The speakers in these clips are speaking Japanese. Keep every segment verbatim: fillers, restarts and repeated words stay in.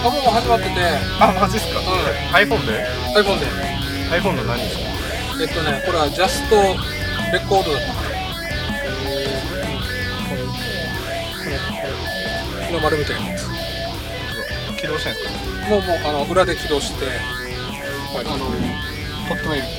あ、もう始まってて。 あ、マジっすか。うん、iPhone で iPhone で iPhone の何ですか。 えっとね、これはジャストレコードだった。日の丸みたいなやつ。 起動してんですか。 もうもうあの裏で起動して、はい、あの撮ってもいい。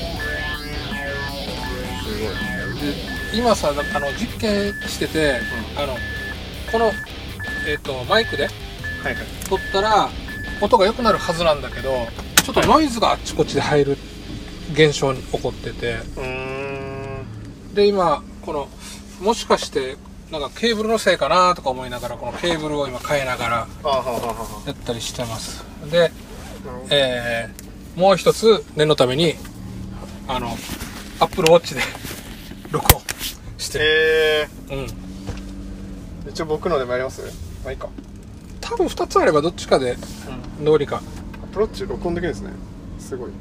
すごい。 で今さ、あの実験してて、うん、あのこのえっとマイクで撮ったら音が良くなるはずなんだけど、ちょっとノイズがあっちこっちで入る現象に起こってて、うーんで今このもしかしてなんかケーブルのせいかなとか思いながら、このケーブルを今変えながらやったりしてます。で、えー、もう一つ念のためにあの Apple Watch で録音してる。 へー、 うん。 一応僕のでもやります？まあいいか。 多分ふたつあればどっちかでどうにか。 Apple Watch 録音できるんですね。すごい。うん。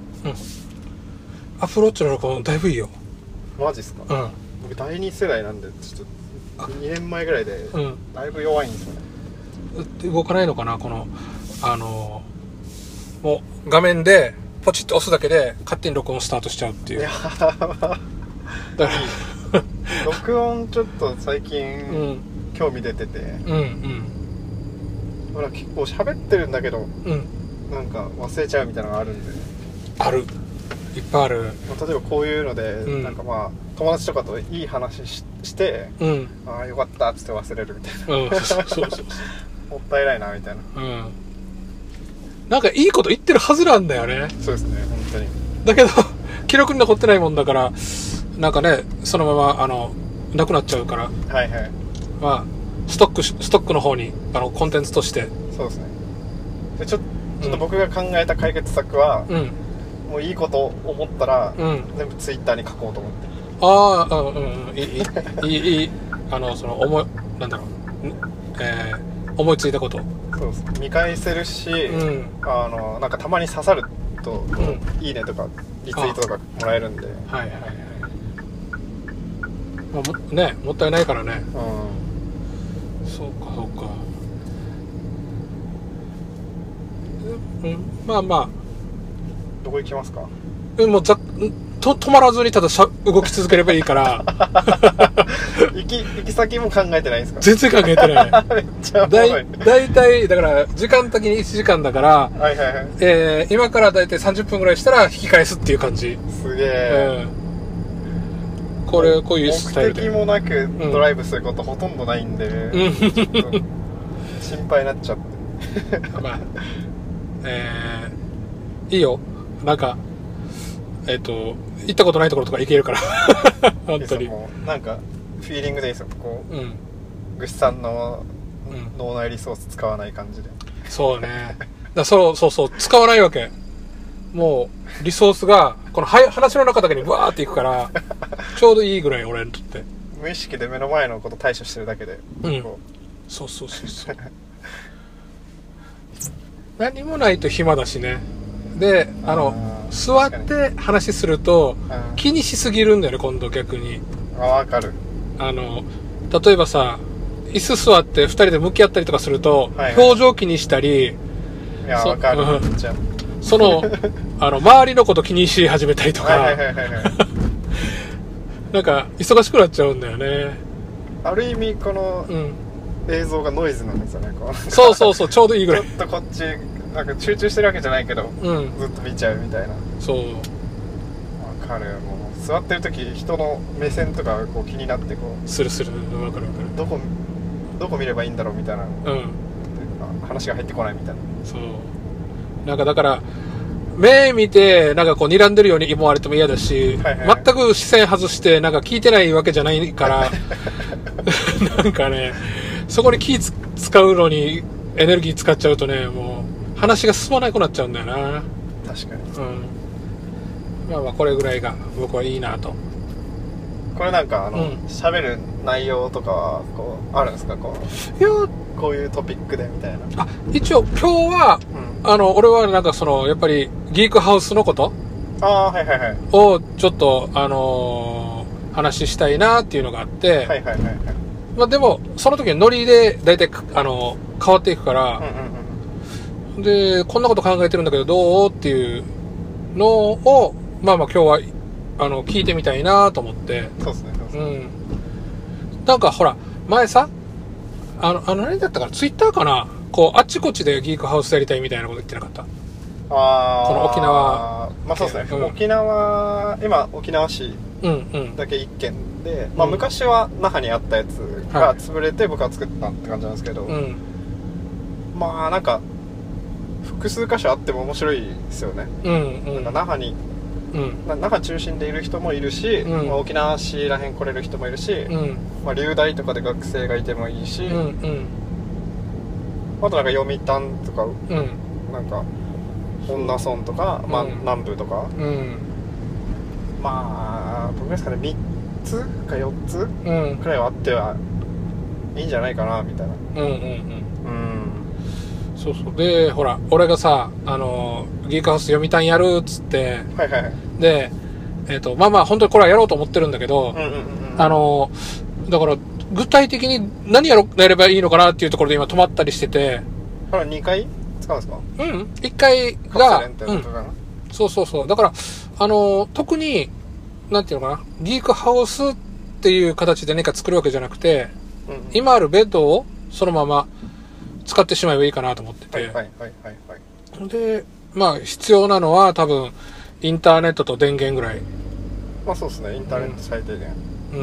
Apple Watch の録音だいぶいいよ。 マジっすか。うん。僕だいに世代なんでちょっとにねんまえぐらいでだいぶ弱いんですよね。 うん、動かないのかな、このあのもう画面でポチッと押すだけで勝手に録音スタートしちゃうっていう。いやだから録音ちょっと最近、うん、興味出てて、うんうん、ほら結構喋ってるんだけど、うん、なんか忘れちゃうみたいなのがあるんで。 ある、いっぱいある。 例えばこういうので、うん、なんかまあ友達とかといい話 し, して、うん、ああよかったっつって忘れるみたいな、うん、そうそうそうもったいないなみたいな、うん、 なんかいいこと言ってるはずなんだよね。 そうですね、本当に。 だけど記録に残ってないもんだから、なんかね、そのままあのなくなっちゃうから、はいはい、まあストックストックの方にあのコンテンツとして。そうですね。 でちょ、ちょっと僕が考えた解決策は、うん、もういいこと思ったら、うん、全部ツイッターに書こうと思って。 ああ、うんうん、いいいいいいあのその思いなんだろう、えー、思いついたこと。 そうです。見返せるし、うん、あのなんかたまに刺さると、うん、いいねとかリツイートとかもらえるんで。はいはいはい。 まあもね、もったいないからね。うん。そうかそうか。うん、まあまあ。 どこ行きますか？ うん、もうざと止まらずにただしゃ動き続ければいいから行き行き先も考えてないんですか？ 全然考えてないめっちゃだいだいたいだから時間的にいちじかんだから、はいはいはい、えー、今からだいたいさんじゅっぷんぐらいしたら引き返すっていう感じ。 すげえ、 うん、これこういうスタイルで目的もなくドライブすることほとんどないんで、うん、ちょっと心配になっちゃってまあえー、いいよ、なんかえっ、ー、と行ったことないところとか行けるから本当にもうなんかフィーリングでいいですよ、こう、うん、ぐっさんの脳内リソース使わない感じで、 うん、そうねだそうそうそう使わないわけ。もうリソースがこの話の中だけにブワーっていくからちょうどいいぐらい俺にとって。 無意識で目の前のこと対処してるだけで、 うん、そうそうそうそう何もないと暇だしね。で、あの座って話すると気にしすぎるんだよね、今度逆に。 あ、わかる。 あの例えばさ、椅子座ってふたりで向き合ったりとかすると、はいはい、表情気にしたり、いやわかる、うん、じゃそのあの周りのこと気にし始めたりとか、はいはいはいはい、なんか忙しくなっちゃうんだよね。 ある意味この、うん、映像がノイズなんですよね。こうそうそうそう、ちょうどいいぐらい。 ちょっとこっちなんか集中してるわけじゃないけど、うん、ずっと見ちゃうみたいな。そう。わかる。もう座ってる時人の目線とかこう気になってこう。 するする。わかるわかる。 どこどこ見ればいいんだろうみたいな。うん。話が入ってこないみたいな。そう。 なんかだから目見てなんかこう睨んでるように思われても嫌だし、はいはいはい、全く視線外してなんか聞いてないわけじゃないからなんかね、そこに気使うのにエネルギー使っちゃうとね、もう話が進まなくなっちゃうんだよな。 確かに。うん。 まあまあこれぐらいが僕はいいなと。 これなんかあの喋、うん、る内容とかはこうあるんですか？こういやこういうトピックでみたいな。 あ、一応今日は、うん、あの俺はなんかそのやっぱりギークハウスのことあ、はいはいはい、 をちょっとあのー、話したいなっていうのがあって、はいはいはいはい、まあでもその時のノリで大体あの変わっていくから、うんうんうん、 でこんなこと考えてるんだけどどうっていうのをまあまあ今日はあの聞いてみたいなと思って。 そうですね、そうですね。 うん。なんかほら前さあのあの何だったかな、ツイッターかな、こうあっちこっちでギークハウスやりたいみたいなこと言ってなかった？ あこの沖縄、 まあそうですね、 うん、 沖縄今沖縄市だけ一軒で、うん、まあ昔は那覇にあったやつが潰れて僕は作ったって感じなんですけど、うん、まあなんか複数箇所あっても面白いですよね、うんうん、なんか那覇に、うん、那覇中心でいる人もいるし、うん、まあ、沖縄市らへん来れる人もいるし、うん、まあ、流大とかで学生がいてもいいし、うんうん、あとなんか読谷とか、うん、なんか恩納村とか、まあ、南部とか、うん、まあどうですかね、みっつかよっつくらいはあってはいいんじゃないかなみたいな。うんうんうん、うん、 そうそう。でほら俺がさあのギークハウス読谷やるっつって、 はいはい、 でえっ、ー、とまあまあ本当にこれはやろうと思ってるんだけど、うんうんうんうん、あのだから具体的に何やろやればいいのかなっていうところで今止まったりしてて。 あらにかい使うんですか？ うん、いっかいが、うん、そうそうそう。だから、あの、特に、なんていうのかな、ギークハウスっていう形で何か作るわけじゃなくて、うん、今あるベッドをそのまま使ってしまえばいいかなと思ってて。はいはいはいはい、はい。で、まあ、必要なのは多分、インターネットと電源ぐらい。 まあそうですね、インターネット最低限。うん。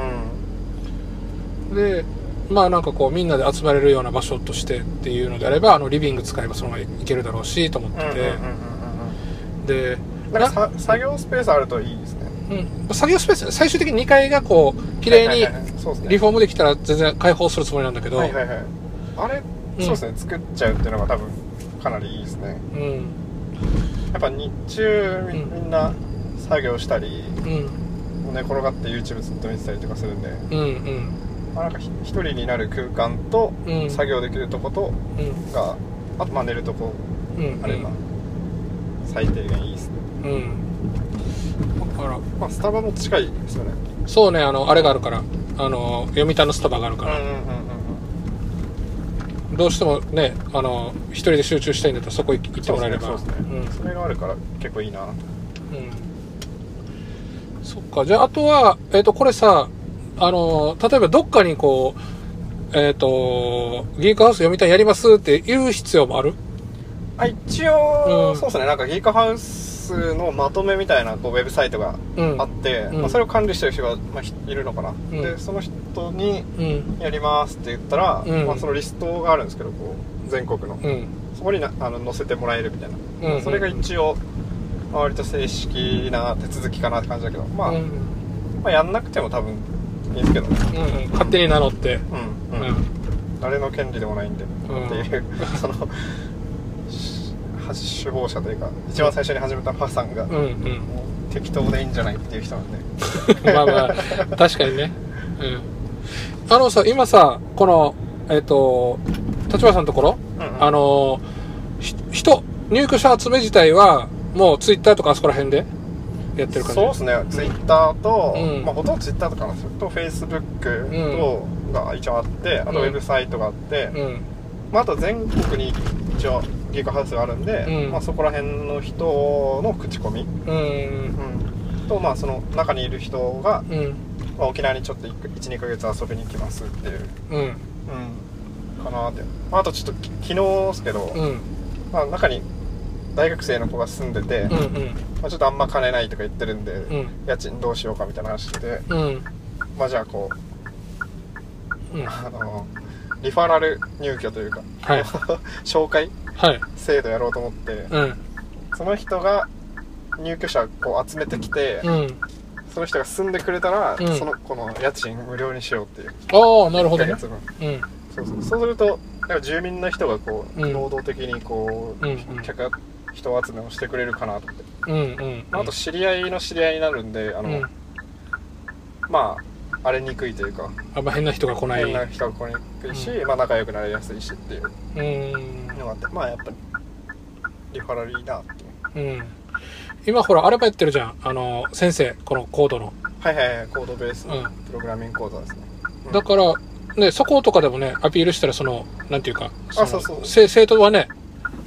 うん。で、まあなんかこうみんなで集まれるような場所としてっていうのであればあのリビング使えばそのままいけるだろうしと思ってて、でなんかさ作業スペースあるといいですね。 うん、作業スペース最終的ににかいがこう綺麗にリフォームできたら全然開放するつもりなんだけど、はいはいはい、 あれ、うん、そうですね、作っちゃうっていうのが多分かなりいいですね。うん、やっぱ日中 み,、うん、みんな作業したり、うん、寝転がって YouTube ずっと見てたりとかするんで、うんうん、まあ、なんか一人になる空間と、うん、作業できるとこと、うん、があとまあ寝るとこあれば、うん、最低限いいですね。うん。だからまあスタバも近いですよね。そうね、あのあれがあるからあの読谷のスタバがあるから、うんうんうんうん、どうしてもねあの一人で集中したいんだったらそこ行ってもらえれば、そうですね、そうですね、うん、それがあるから結構いいな。うん。そっか、じゃああとはえっ、ー、とこれさ。あの例えばどっかにこうえっ、ー、とギークハウス読谷やりますって言う必要もある？あ、一応、うん、そうですね、なんかギークハウスのまとめみたいなこうウェブサイトがあって、うん、まあ、それを管理してる人が、まあ、いるのかな、うん、でその人にやりますって言ったら、うん、まあ、そのリストがあるんですけどこう全国の、うん、そこになあの載せてもらえるみたいな、うん、それが一応、まあ、割と正式な手続きかなって感じだけど、まあ、うん、まあ、やんなくても多分いいですけどね、うんうん、勝手に名乗って、うんうんうん、誰の権利でもないんで、うん、っていうその首謀者というか一番最初に始めたパさんが、うんうん、もう適当でいいんじゃないっていう人なんでまあまあ確かにね、うん、あのさ今さこのえっ、ー、と立花さんのところ、うんうん、あの人入居者集め自体はもうツイッターとかあそこら辺でやってる感じ？そうですね、ツイッターと、うん、まあ、ほとんどツイッターとかなんですよとフェイスブックとが一応あって、うん、あとウェブサイトがあって、うん、まあ、あと全国に一応ギークハウスがあるんで、うん、まあ、そこら辺の人の口コミ、うんうん、と、まあ、その中にいる人が、うん、まあ、沖縄にちょっと いちにかげつ遊びに来ますっていう、うんうん、かなって、まあ、あとちょっと昨日ですけど、うん、まあ、中に大学生の子が住んでて、うんうん、まあ、ちょっとあんま金ないとか言ってるんで、うん、家賃どうしようかみたいな話してて、うん、まあじゃあこう、うん、あのリファラル入居というか、はい、紹介、はい、制度やろうと思って、うん、その人が入居者こう集めてきて、うん、その人が住んでくれたら、うん、そのこの家賃無料にしようっていう。ああ、なるほどね。いっかげつぶん、うん、そうそう。そうすると住民の人がこう、うん、能動的にこう、うんうん、客人集めをしてくれるかなと思って、うんうんうん、あと知り合いの知り合いになるんであの、うん、まあ荒れにくいというか、あんま変な人が来ない変な人が来にくいし、うん、まあ、仲良くなりやすいしっていうのがあって、まあやっぱりリファラルいいなっていう、うん、今ほらあれもやってるじゃん、あの先生このコードの、はいはいはい、コードベースのプログラミング講座ですね、うん、だからね、そことかでもねアピールしたらそのなんていうかそのあそうそう生徒はね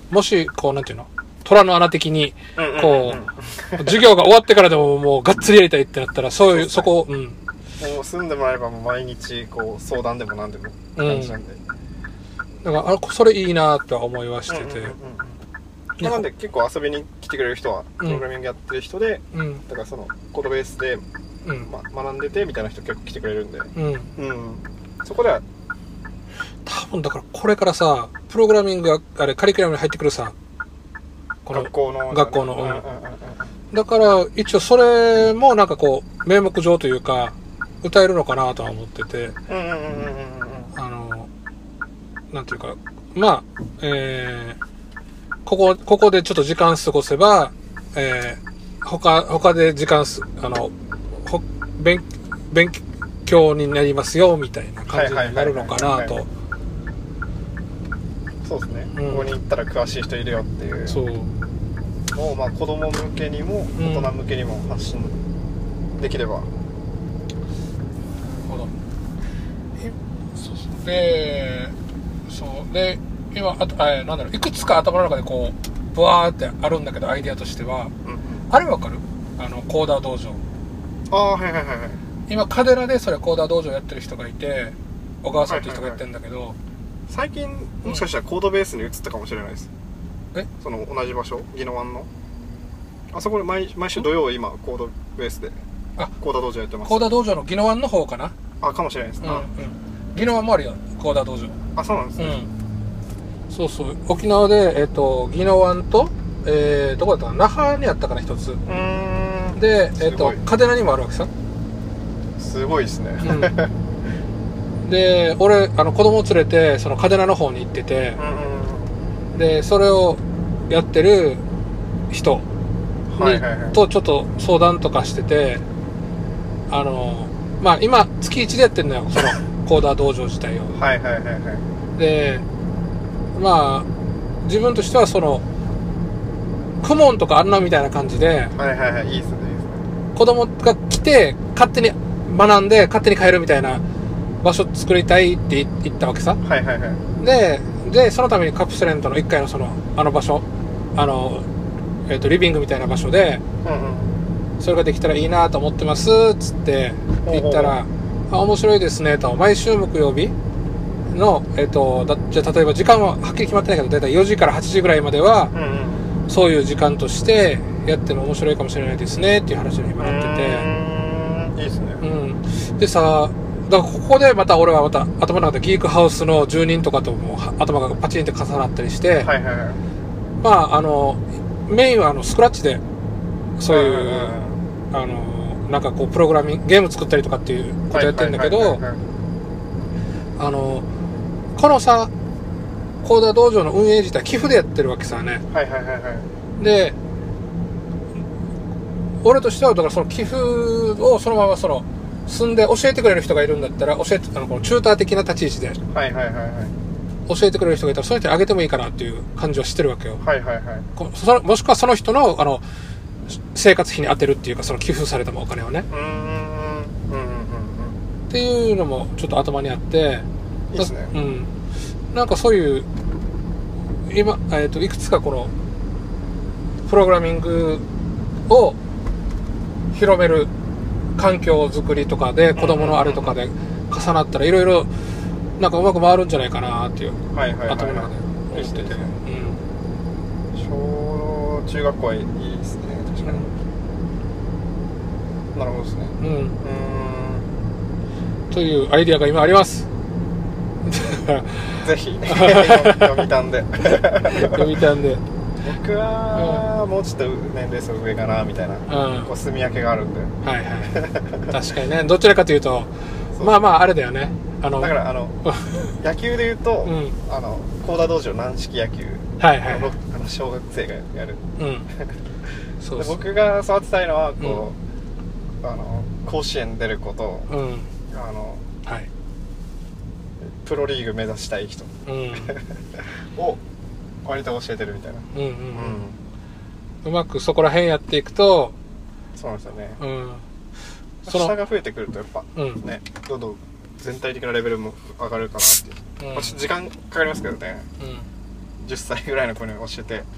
もしこうなんていうの虎の穴的にこう授業が終わってからでももうがっつりやりたいってなったらそういう そ, そこを、うん、もう住んでもらえればもう毎日こう相談でも何でも感じなんで、 うん、だからあそれいいなとは思いはしてて、うんうんうんうん、なんで結構遊びに来てくれる人はプログラミングやってる人で、うん、だからそのコードベースで、うんま、学んでてみたいな人結構来てくれるんで、うんうん、そこでは多分だからこれからさプログラミングがあれカリキュラムに入ってくるさこの学校の学校の、うんうんうんうん、だから一応それもなんかこう名目上というか歌えるのかなとは思っててあのなんていうかまあえー、ここここでちょっと時間過ごせば、えー、他他で時間すあのほ勉勉強になりますよみたいな感じになるのかなと。 そうですね、うん、ここに行ったら詳しい人いるよっていうそうもうまあ子供向けにも大人向けにも発信できれば、うん、なるほど。そうそうでそうで今あとあなんだろういくつか頭の中でこうブワーってあるんだけどアイデアとしては、うん、あれわかるあのコーダー道場ああはいはいはいはい今カデラでそれコーダー道場やってる人がいて小川さんっていう人がやってるんだけど、はいはいはい、 最近もしかしたらコードベースに移ったかもしれないです。えその同じ場所宜野湾のあそこで 毎, 毎週土曜今コードベースであコーダー道場やってます。 コーダー道場の宜野湾の方かなあかもしれないです、うんうん、 宜野湾もあるよコーダー道場あそうなんですね、 うん、そうそう沖縄で、えー、と宜野湾と、えー、どこだったかな那覇にあったかな一つうーんで、えー、と嘉手納にもあるわけさすごいですね、 うんで俺あの子供連れてその嘉手納の方に行ってて、うんうん、でそれをやってる人に、はいはいはい、とちょっと相談とかしててあのまあ今月いちでやってるのよそのコーダー道場自体をはいはいはいはいでまあ自分としてはそのクモンとかあんなみたいな感じではいはいはいいいですねいいですね子供が来て勝手に学んで勝手に帰るみたいな場所作りたいって言ったわけさ。 はいはいはい。 で、でそのためにカプセレントのいっかいのそのあの場所、あのえっとリビングみたいな場所で、うんうん、それができたらいいなと思ってますっつって言ったら、あ面白いですねと毎週木曜日のえっとだじゃあ例えば時間ははっきり決まってないけどだいたいよじからはちじぐらいまでは、うんうん、そういう時間としてやっても面白いかもしれないですねっていう話に今なってて。 うーんいいですね。 うん。でさ。だからここでまた俺はまた頭の中でギークハウスの住人とかとも頭がパチンって重なったりして、はいはいはい、まああのメインはあのスクラッチでそういう、はいはいはい、あのなんかこうプログラミングゲーム作ったりとかっていうことやってるんだけどあのこのさコーダー道場の運営自体寄付でやってるわけさね、はいはいはいはい、で俺としてはだからその寄付をそのままその住んで教えてくれる人がいるんだったら教えてあのこのチューター的な立ち位置で、はいはいはいはい、教えてくれる人がいたらその人にあげてもいいかなっていう感じはしてるわけよ、はいはいはい、こそのもしくはその人のあの生活費に充てるっていうかその寄付されたお金をねうーんうんうんうんっていうのもちょっと頭にあっていいですね、 うん、なんかそういう今、えーと、いくつかこのプログラミングを広める環境づくりとかで子供のあれとかで重なったらいろいろなんかうまく回るんじゃないかなっていう頭の中で思ってて、うん、 小中学校はいいですね確かに、うん、なるほどですねうんうーんというアイディアが今ありますぜひ読みたんで読みたんで僕はもうちょっと年齢層上かなみたいな、うん、こう住み分けがあるんではいはい確かにねどちらかというとまあまああれだよねあのだからあの野球でいうと、うん、あのコーダー道場軟式野球はいはいあのあの小学生がやる、うん、 そうそう僕が育てたいのはこう、うん、あの甲子園出ること、うん、あの、はい、プロリーグ目指したい人、うん、を割と教えてるみたいな、うんうんうん、 うまくそこら辺やっていくとそうなんですよね、うん、その下が増えてくるとやっぱ、うん、ねどんどん全体的なレベルも上がるかなっていう、うんまあ、ちょっと時間かかりますけどね、うん、 じゅっさいぐらいの子に教えて、うん、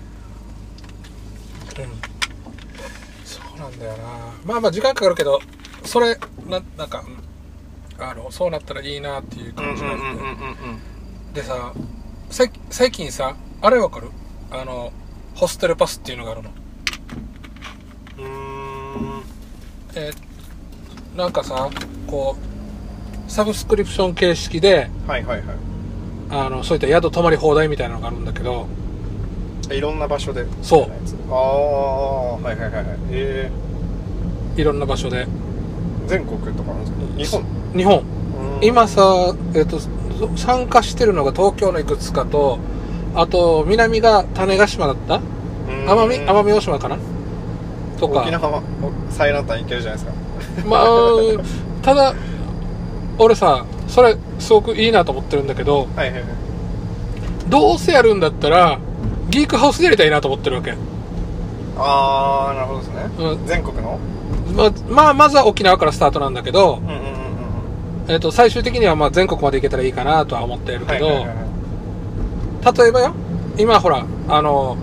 そうなんだよな。まあまあ時間かかるけど、それな、なんかあのそうなったらいいなっていう感じがあって、でさ、最近さ、あれわかる？あのホステルパスっていうのがあるの。 うーん、 えー、なんかさ、こうサブスクリプション形式で、はいはいはい、あのそういった宿泊まり放題みたいなのがあるんだけど、 いろんな場所で。 そう。 ああ、はいはいはいはい。ええー、いろんな場所で。 全国とかなんですか？日本。 日本。今さ、えっと参加してるのが東京のいくつかと、あと南が種子島だった？奄美奄美大島かな？とか。 沖縄最南端行けるじゃないですか。 まあただ俺さ、それすごくいいなと思ってるんだけど、はいはいはい、どうせやるんだったらギークハウスでやりたいなと思ってるわけ。 ああ、なるほどですね、うん、全国のまあ、まあ、まずは沖縄からスタートなんだけど、うんうんうんうん、えーと、最終的にはまあ全国まで行けたらいいかなとは思っているけど、はいはいはいはい、例えばよ、今ほらあの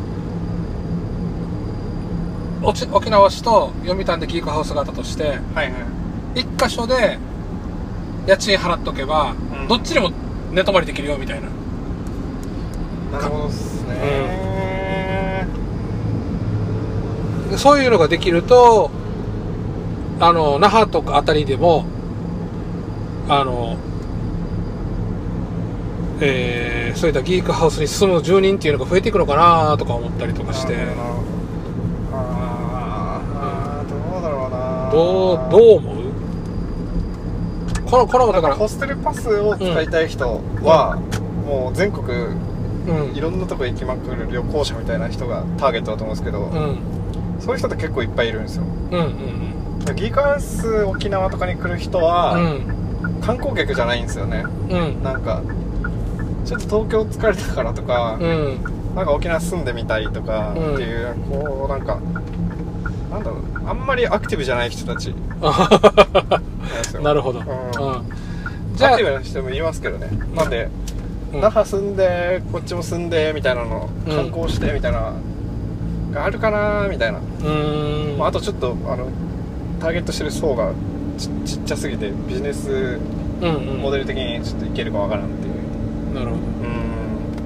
沖縄市と読谷でギークハウスがあったとして、はいはい、一箇所で家賃払っとけば、うん、どっちでも寝泊まりできるよみたいな。 なるほどですね、 うん、そういうのができると、あの那覇とかあたりでもあの、えー、そういったギークハウスに住む住人っていうのが増えていくのかなとか思ったりとかして、 ああ、どうだろうな。 どうどう思う？このこのだからホステルパスを使いたい人は、うん、もう全国、うん、いろんなとこ行きまくる旅行者みたいな人がターゲットだと思うんですけど、うん、そういう人って結構いっぱいいるんですよ、うんうんうん、ギークハウス沖縄とかに来る人は、うん、観光客じゃないんですよね、うん、なんかちょっと東京疲れたからとか、うん、なんか沖縄住んでみたいとかっていう、うん、こうなんかなんだろう、あんまりアクティブじゃない人たちなるほど、うん、 じゃあアクティブな人もいますけどね、なんで、うん、那覇住んでこっちも住んでみたいなの、うん、観光してみたいながあるかなみたいな、うーん、まあ、あとちょっとあのターゲットしてる層が ち, ちっちゃすぎてビジネスモデル的にちょっといけるかわからんっていう、 うんうん、なるほど、うん、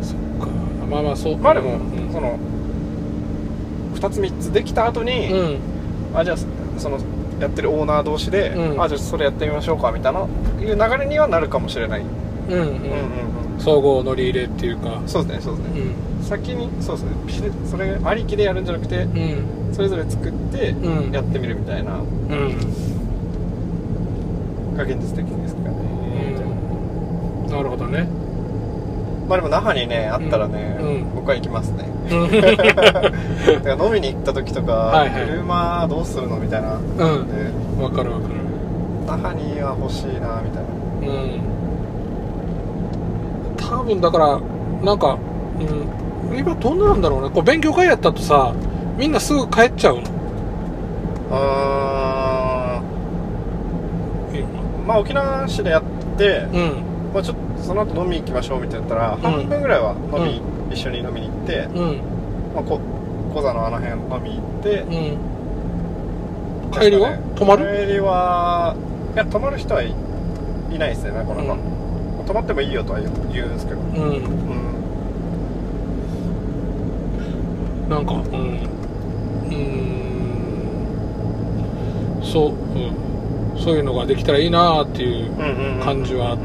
そっか、まあまあそう、 まあでも、うん、そのふたつみっつできた後に、うん、あ、じゃあそのやってるオーナー同士で、うん、あ、じゃあそれやってみましょうかみたいないう流れにはなるかもしれない、うんうんうんうん、 総合乗り入れっていうか、 そうですねそうですね、うん、先にそうですね、それありきでやるんじゃなくて、うん、それぞれ作ってやってみるみたいな、うん、が現実的ですかね、 うん、なるほどね。 まあでも那覇にねあったらね、うん、僕は行きますねだから飲みに行った時とか、はいはい、車どうするのみたいな、うん、 分かる分かる、 那覇には欲しいなみたいな、うん、 多分だからなんか、うん、今どんななんだろうね、こう勉強会やったとさみんなすぐ帰っちゃうの。 あー、まあ沖縄市でやって、うん、まあ、ちょっとその後飲み行きましょうみたいなったら、うん、半分ぐらいは飲み、うん、一緒に飲みに行って、うん、まあ、こ小座のあの辺飲み行って、うん、 帰りは、ね、泊まる？ 帰りはいや泊まる人はい、いないですね、なかなか、うん、泊まってもいいよとは言うんですけど、うんうん、 なんかうんうーんそう、うん、そういうのができたらいいなっていう感じはあって、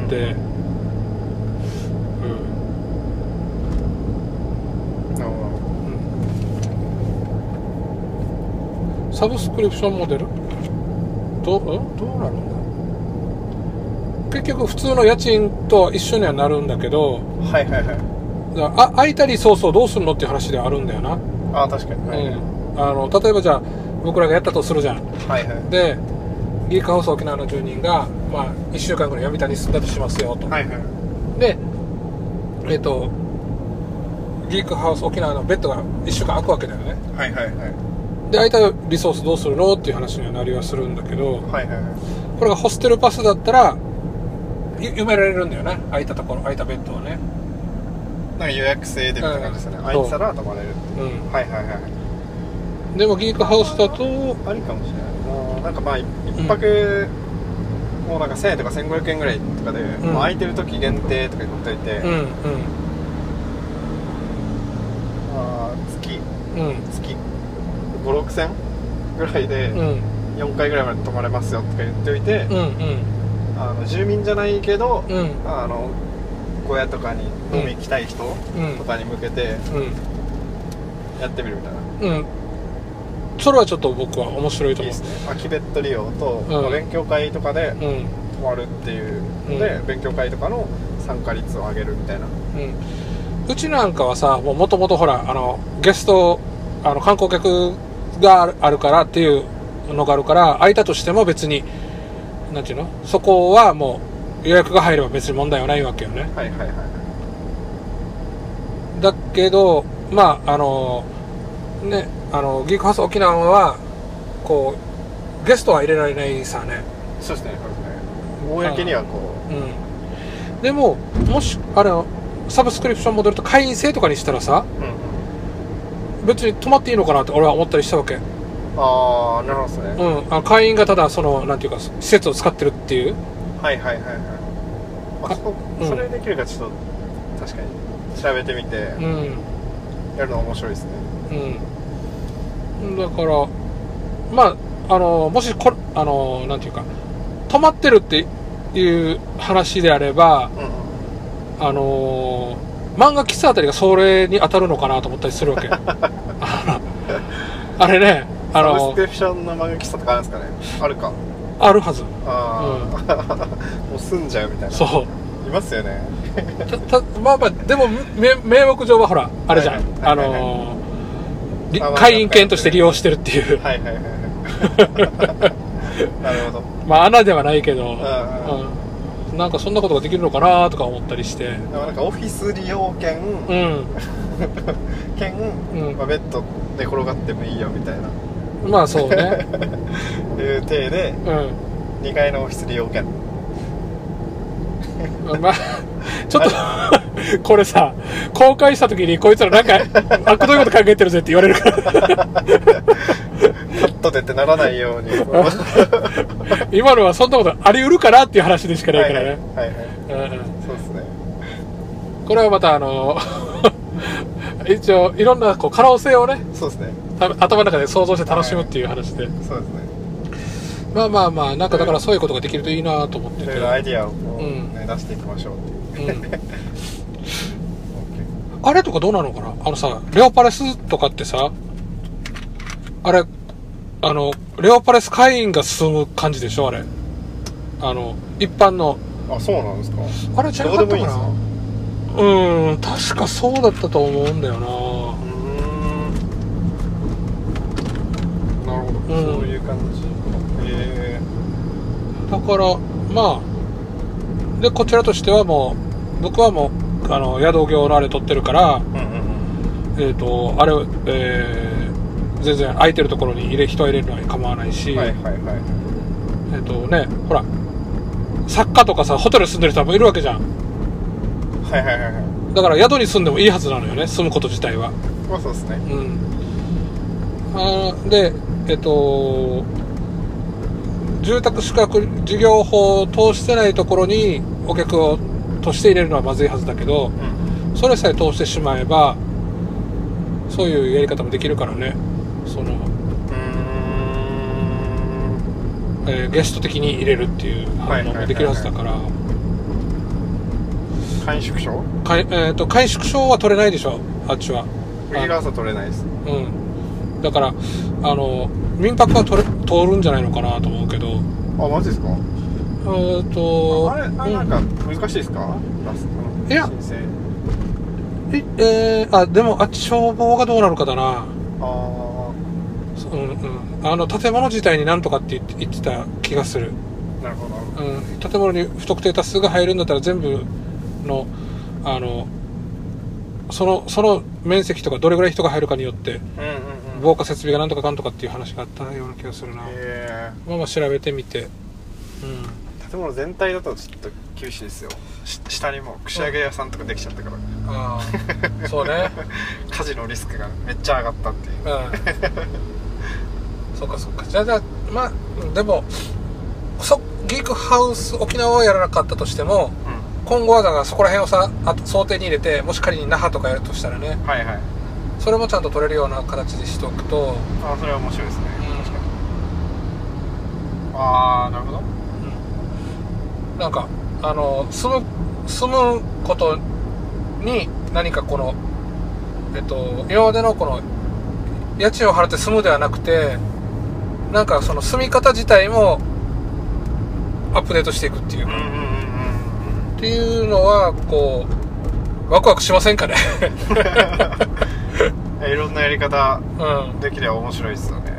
サブスクリプションモデルどう、どうなるんだ。結局普通の家賃と一緒にはなるんだけど、はいはいはい、だからあ空いたリソースをどうするのっていう話ではあるんだよな。 あ、確かに、はいはい、 うん、あの例えばじゃあ僕らがやったとするじゃん、はいはい、でギークハウス沖縄の住人が、まあ、いっしゅうかんぐらい読谷に住んだとしますよと、はいはい、でえっ、ー、とギークハウス沖縄のベッドがいっしゅうかん空くわけだよね、はいはいはい、で空いたリソースどうするのっていう話にはなりはするんだけど、はいはいはい、これがホステルパスだったら埋められるんだよね、空いたところ、空いたベッドをね。 なんか予約制でみたいな感じですよね、うん、空いてたら泊まれるっていう、うん、はいはいはい。 でもギークハウスだとありかもしれないな。なんかまあ一泊、うん、もうなんかせんえんとかせんごひゃくえんぐらいとかで、うん、もう空いてる時限定とか言っといて、うんうん、あ月、うん、月ごろくせんぐらいでよんかいぐらいまで泊まれますよとか言っておいて、うんうん、あの住民じゃないけど、うん、あの小屋とかに飲み行きたい人とかに向けてやってみるみたいな、うんうん、 それはちょっと僕は面白いと思う。 いいですね。空きベッド利用と、うんまあ、勉強会とかで泊まるっていうので、うん、勉強会とかの参加率を上げるみたいな、うん、 うちなんかはさ、もともとほらあのゲストあの観光客があるからっていうのがあるから、空いたとしても別になんていうの、そこはもう予約が入れば別に問題はないわけよね。はいはいはい。だけどまああのね、あのギークハウス沖縄はこうゲストは入れられないさね。 そうですね。公にはこう、うん、 でももしあれサブスクリプションモデルと会員制とかにしたらさ、うん、別に泊まっていいのかなって俺は思ったりしたわけ。 ああ、なるほどですね。 うん、あ会員がただそのなんていうか施設を使ってるっていう。 はいはいはいはい。まあ、そ, うん、それできるかちょっと確かに調べてみて、うん、やるの面白いですね。 うん。だからまああのもしこあのなんていうか泊まってるっていう話であれば、うん、あの漫画喫茶あたりがそれに当たるのかなと思ったりするわけ。あれね。あのサブスクリプションの漫画喫茶とかあるんですかね。あるか。 あるはず。 ああ、うん、もう住んじゃうみたいな。 そういますよね。 たたまあまあでも名目上はほらあれじゃん、はいはい、あのー、会員権として利用してるっていう。はいはいはい。なるほど。まあ穴ではないけど、うん、なんかそんなことができるのかなとか思ったりして。 なんかオフィス利用券、うん、券、うんまあ、ベッド寝転がってもいいよみたいな。 まあそうね。 いう体で、うん、にかいのオフィス利用券。 まあちょっとこれさ公開した時にこいつらなんかあくどいこと考えてるぜって言われるからカットでってならないように。 今のはそんなことあり得るかなっていう話でしかないからね。はいはい、はいはい、うん、そうですね。 これはまたあの一応いろんなこう可能性をね、 そうですね、 頭の中で想像して楽しむっていう話で、はい、 そうですね。 まあまあまあなんかだからそういうことができるといいなと思ってて、いろいろアイディアをこう、うんね、出していきましょうっていう、うん、 あれとかどうなのかな。あのさレオパレスとかってさ、あれあのレオパレス会員が進む感じでしょあれ。あの一般の。 あ、そうなんですか。 あれ違かったかな。うん、確かそうだったと思うんだよな。うーん、なるほど、うん、そういう感じ。へえ。 だからまあでこちらとしてはもう僕はもうあの宿業のあれ取ってるから、うんうんうん、えっ、ー、とあれ、えー、全然空いてるところに入れ人入れるのは構わないし、はいはいはい、えっ、ー、とねほら作家とかさホテル住んでる人もいるわけじゃん。はいはいはいはい。だから宿に住んでもいいはずなのよね、住むこと自体は。 まあそうですね。うん。 あでえっと住宅宿泊事業法を通してないところにお客をとして入れるのはまずいはずだけど、うん、それさえ通してしまえばそういうやり方もできるからね。そのうーん、えー、ゲスト的に入れるっていう反応もできるはずだから。 簡縮証？ かい、えーと、簡縮証は取れないでしょあっちは。 レギュラーさ取れないです。うん。 だからあの民泊は取れ通るんじゃないのかなと思うけど。 あ、マジですか？ えーとあれ、あれなんか難しいですか？うん、 いやえ、えー、あでもあっち消防がどうなるかだな。ああ、うんうん、あの建物自体になんとかって言ってた気がする。 なるほど、 うん、建物に不特定多数が入るんだったら全部のあのそのその面積とかどれぐらい人が入るかによって、うんうんうん、防火設備がなんとかかんとかっていう話があったような気がするな。へー、まあまあ調べてみて、うん、 建物全体だとちょっと厳しいですよ。下にも串揚げ屋さんとかできちゃったから、うん、 ああそうね火事のリスクがめっちゃ上がったっていう、うん、 そうかそうか。じゃあじゃあまあでもそギークハウス沖縄はやらなかったとしても、うん、今後はだからそこら辺をさあと想定に入れて、もし仮に那覇とかやるとしたらね、 はいはい、 それもちゃんと取れるような形にしておくと、 ああそれは面白いですね、うん、確かに。ああなるほど、うん、 なんかあの住む住むことに何かこのえっと今までのこの家賃を払って住むではなくて、なんかその住み方自体もアップデートしていくっていうか、うんうんうんうん、っていうのはこうワクワクしませんかねいろんなやり方できれば面白いですよね、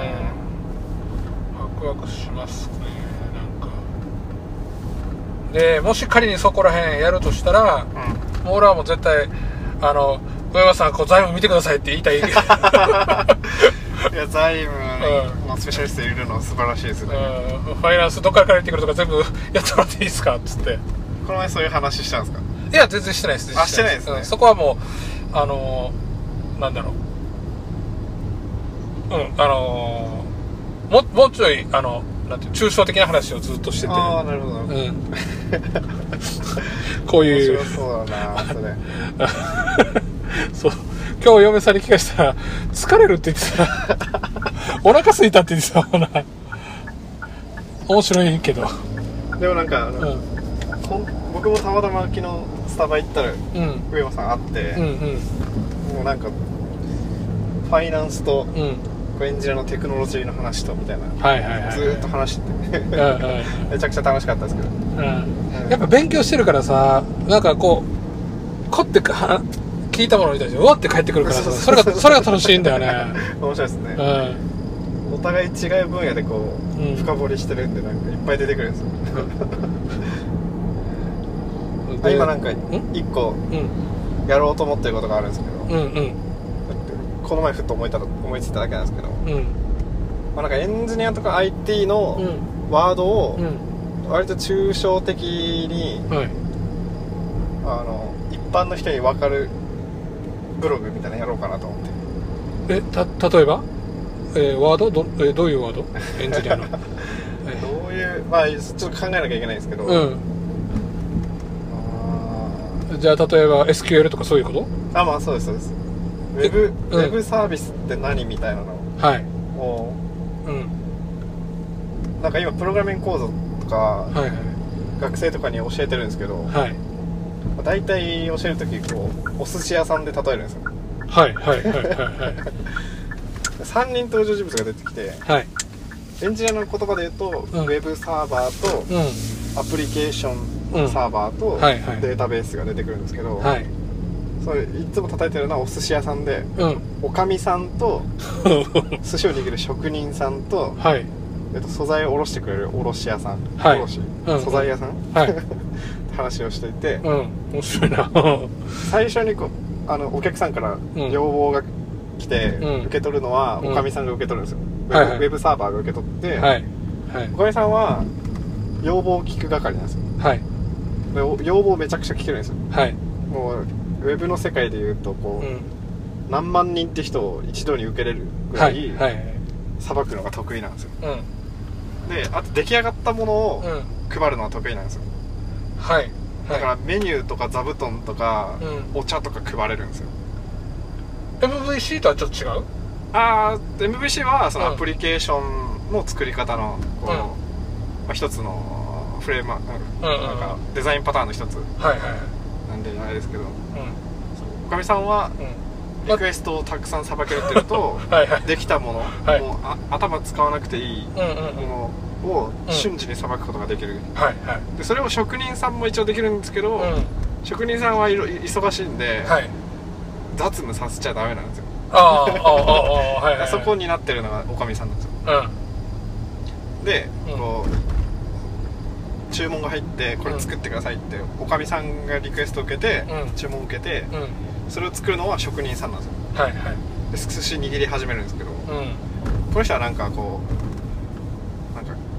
うん、ワクワクしますね。なんかでもし仮にそこら辺やるとしたら、うん、もう俺はもう絶対あの上山さんこう財務見てくださいって言いたいいや財務のスペシャリストいるの素晴らしいですね、 うん、ファイナンスどっから借りてくるとか全部やってもらっていいですかっつって。 この前そういう話したんですか？ いや全然してないです。 あしてないですね、 うん、そこはもうあのー、なんだろう、うんあのー、も, もうちょいあのなんていう抽象的な話をずっとしてて、 ああなるほど、うん、 こういう面白そうだなそれそう今日嫁さんに聞かしたら疲れるって言ってたお腹空いたって言ってたもんな。面白いけどでもなんかあの、うん、僕もたまたま昨日スタバ行ったら、うん、上山さん会って、うんうん、もうなんかファイナンスと、うんエンジニアのテクノロジーの話とみたいな、はいはいはい、ずーっと話しててめちゃくちゃ楽しかったですけど、うんうん、やっぱ勉強してるからさ、なんかこうこってか聞いたものに対してうわって帰ってくるからさ、それがそれが楽しいんだよね面白いですね、うん、お互い違う分野でこう、うん、深掘りしてるんでなんかいっぱい出てくるんですよ今なんかいっこやろうと思ってることがあるんですけど、うんうんこの前ふっと思いた思いついただけなんですけど、うんまあ、なんかエンジニアとか アイティー のワードを割と抽象的に、うんはい、あの一般の人に分かるブログみたいなのやろうかなと思って。 えた例えば、えー、ワード ど,、えー、どういうワードエンジニアのどういうまあちょっと考えなきゃいけないんですけど、うん、 あじゃあ例えば エスキューエル とかそういうこと？ あまあそうですそうです。ウェブ、うん、ウェブサービスって何みたいなのを、うん、なんか今プログラミング講座とか、はいはい、学生とかに教えてるんですけど、はい、だいたい教えるときこうお寿司屋さんで例えるんですよ。はいはいはいはい、はい、さんにん登場人物が出てきて、はい、エンジニアの言葉で言うと、うん、ウェブサーバーと、うん、アプリケーションサーバーと、うんはいはい、データベースが出てくるんですけど、はいそれいつも叩いてるのはお寿司屋さんで、うん、おかみさんと寿司を握る職人さんと、はいえっと、素材を卸してくれる卸屋さん、はい、卸、うん、素材屋さん、はい、話をしていて、うん、 面白いな最初にこうあのお客さんから要望が来て、うん、受け取るのはおかみさんが受け取るんですよ、うんウェブはいはい、ウェブサーバーが受け取って、はいはい、おかみさんは要望を聞く係なんですよ、はい、で要望めちゃくちゃ聞けるんですよ、はい、もうウェブの世界でいうとこう、うん、何万人って人を一度に受けれるぐらいさばくのが得意なんですよ、うん、であと出来上がったものを配るのは得意なんですよ、はい、はい、だからメニューとか座布団とか、うん、お茶とか配れるんですよ。 エムブイシー とはちょっと違う？ ああ エムブイシー はそのアプリケーションの作り方のこう、うんまあ、一つのフレーム、うん、なんかデザインパターンの一つ、はいはいなんであれですけど、うん、おかみさんはリクエストをたくさんさばけるっていうのとはい、はい、できたもの、はい、もうあ頭使わなくていいものを瞬時にさばくことができる、うんはいはい、でそれを職人さんも一応できるんですけど、うん、職人さんはいろ忙しいんで、はい、雑務させちゃダメなんですよ。ああああはいはい、そこになってるのがおかみさんなんですよ、うん、で、うん、こう注文が入ってこれ作ってくださいっておかみさんがリクエストを受けて、うん、注文を受けて、うん、それを作るのは職人さんなんですよ、はいはい、で寿司握り始めるんですけど、うん、この人はなんかこうなんか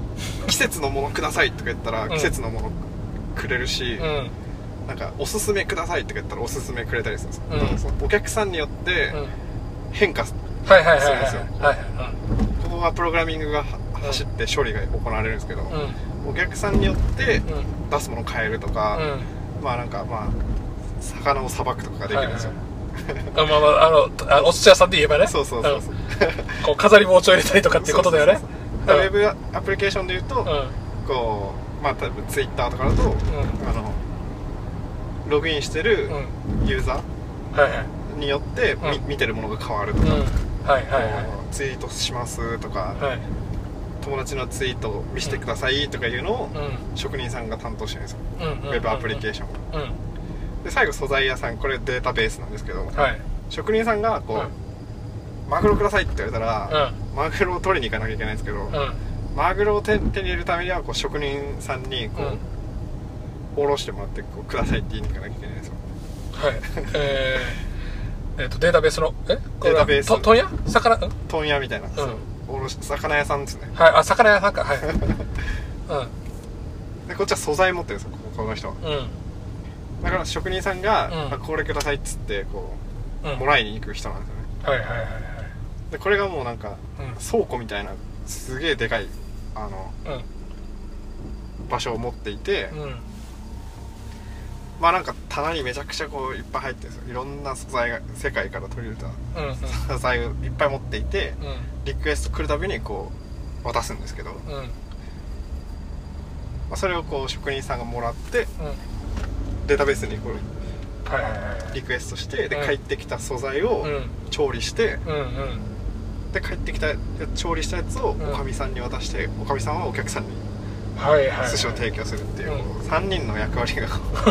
季節のものくださいとか言ったら季節のものくれるし、うん、なんかおすすめくださいとか言ったらおすすめくれたりするんですよ、うん、そのお客さんによって変化するんですよ。ここはプログラミングが走って処理が行われるんですけど、うん、お客さんによって出すものを変えるとか、うん、まあなんかまあ魚をさばくとかができるんですよ、 はいはい、あまあまああのあお寿司屋さんで言えばね、 そうそうそうそう、うん、 こう飾り包丁入れたりとかっていうことだよね。 ウェブアプリケーションで言うと、うん、こうまあ例えばツイッターとかだと、うん、あのログインしてるユーザーによって、うん、見てるものが変わるとか、うん、はいはいはい、ツイートしますとか、はい、友達のツイートを見せてくださいとかいうのを、うん、職人さんが担当してるんですよ、うん、ウェブアプリケーションが、うん、で最後素材屋さん、これデータベースなんですけど、はい、職人さんがこう、うん、マグロくださいって言われたら、うん、マグロを取りに行かなきゃいけないんですけど、うん、マグロを手に入れるためにはこう職人さんにこう、うん下ろしてもらってこうくださいって言いに行かなきゃいけないんですよ。 はい。えー、えーとデータベースのえデータベースと問屋魚問屋みたいな、うん、おろし魚屋さんですね。 はい、あ魚屋さんかはい。うん。 でこっちは素材持ってるんですよこの人は。うん。だから職人さんが、うん、これくださいっつってこう、うん、もらいに行く人なんですよね。はいはいはいはい。でこれがもうなんか、うん、倉庫みたいなすげえでかいあの、うん、場所を持っていて。うん、まあなんか棚にめちゃくちゃこういっぱい入ってるんですよ。いろんな素材が世界から取り入れた、うんうん、素材をいっぱい持っていて、うん、リクエスト来るたびにこう渡すんですけど、うんまあ、それをこう職人さんがもらって、うん、データベースにこう、はいはいはい、リクエストしてで、うん、帰ってきた素材を調理して、うんうん、で帰ってきた調理したやつをおかみさんに渡して、おかみさんはお客さんにはいはいはい、寿司を提供するっていう、うん、さんにんの役割がい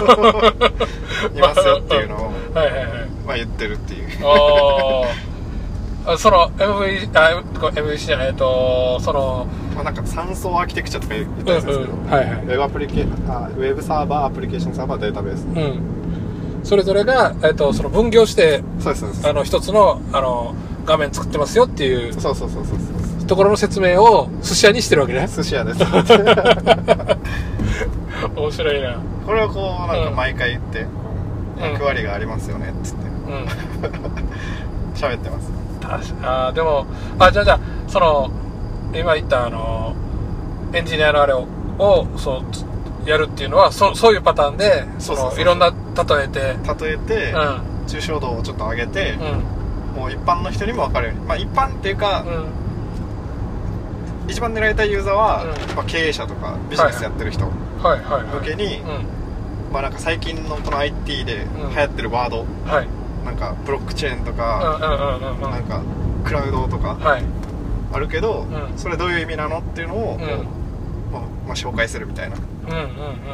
ますよっていうのを、はいはいはいまあ、言ってるっていうあその エムブイ あ エムブイシー じゃないえっとその、 まあ、なんか三層アーキテクチャとか言ったやつですけど、うんうんはいはい、ウェブアプリケあウェブサーバーアプリケーションサーバーデータベース、うん、 それぞれが、えっと、その分業してそうですそうですあの一つのあの画面作ってますよっていうそうそうそうそうそうところの説明を寿司屋にしてるわけね。 寿司屋です面白いな。 これをこうなんか毎回言って、うん、役割がありますよねっつって喋、うん、ってます。 ああでもあじゃあじゃあその今言ったあのエンジニアのあれををそうやるっていうのはそそういうパターンでそのいろんな例えて例えて、うん、抽象度をちょっと上げて、うん、もう一般の人にも分かるようにまあ一般っていうか、うん一番狙いたいユーザーは、うんまあ、経営者とかビジネスやってる人向けにまあなんか最近のこの アイティー で流行ってるワード、うんはい、なんかブロックチェーンとかなんかクラウドとかあるけど、うん、それどういう意味なのっていうのを、うんまあまあ、紹介するみたいな、うんうんうんうん、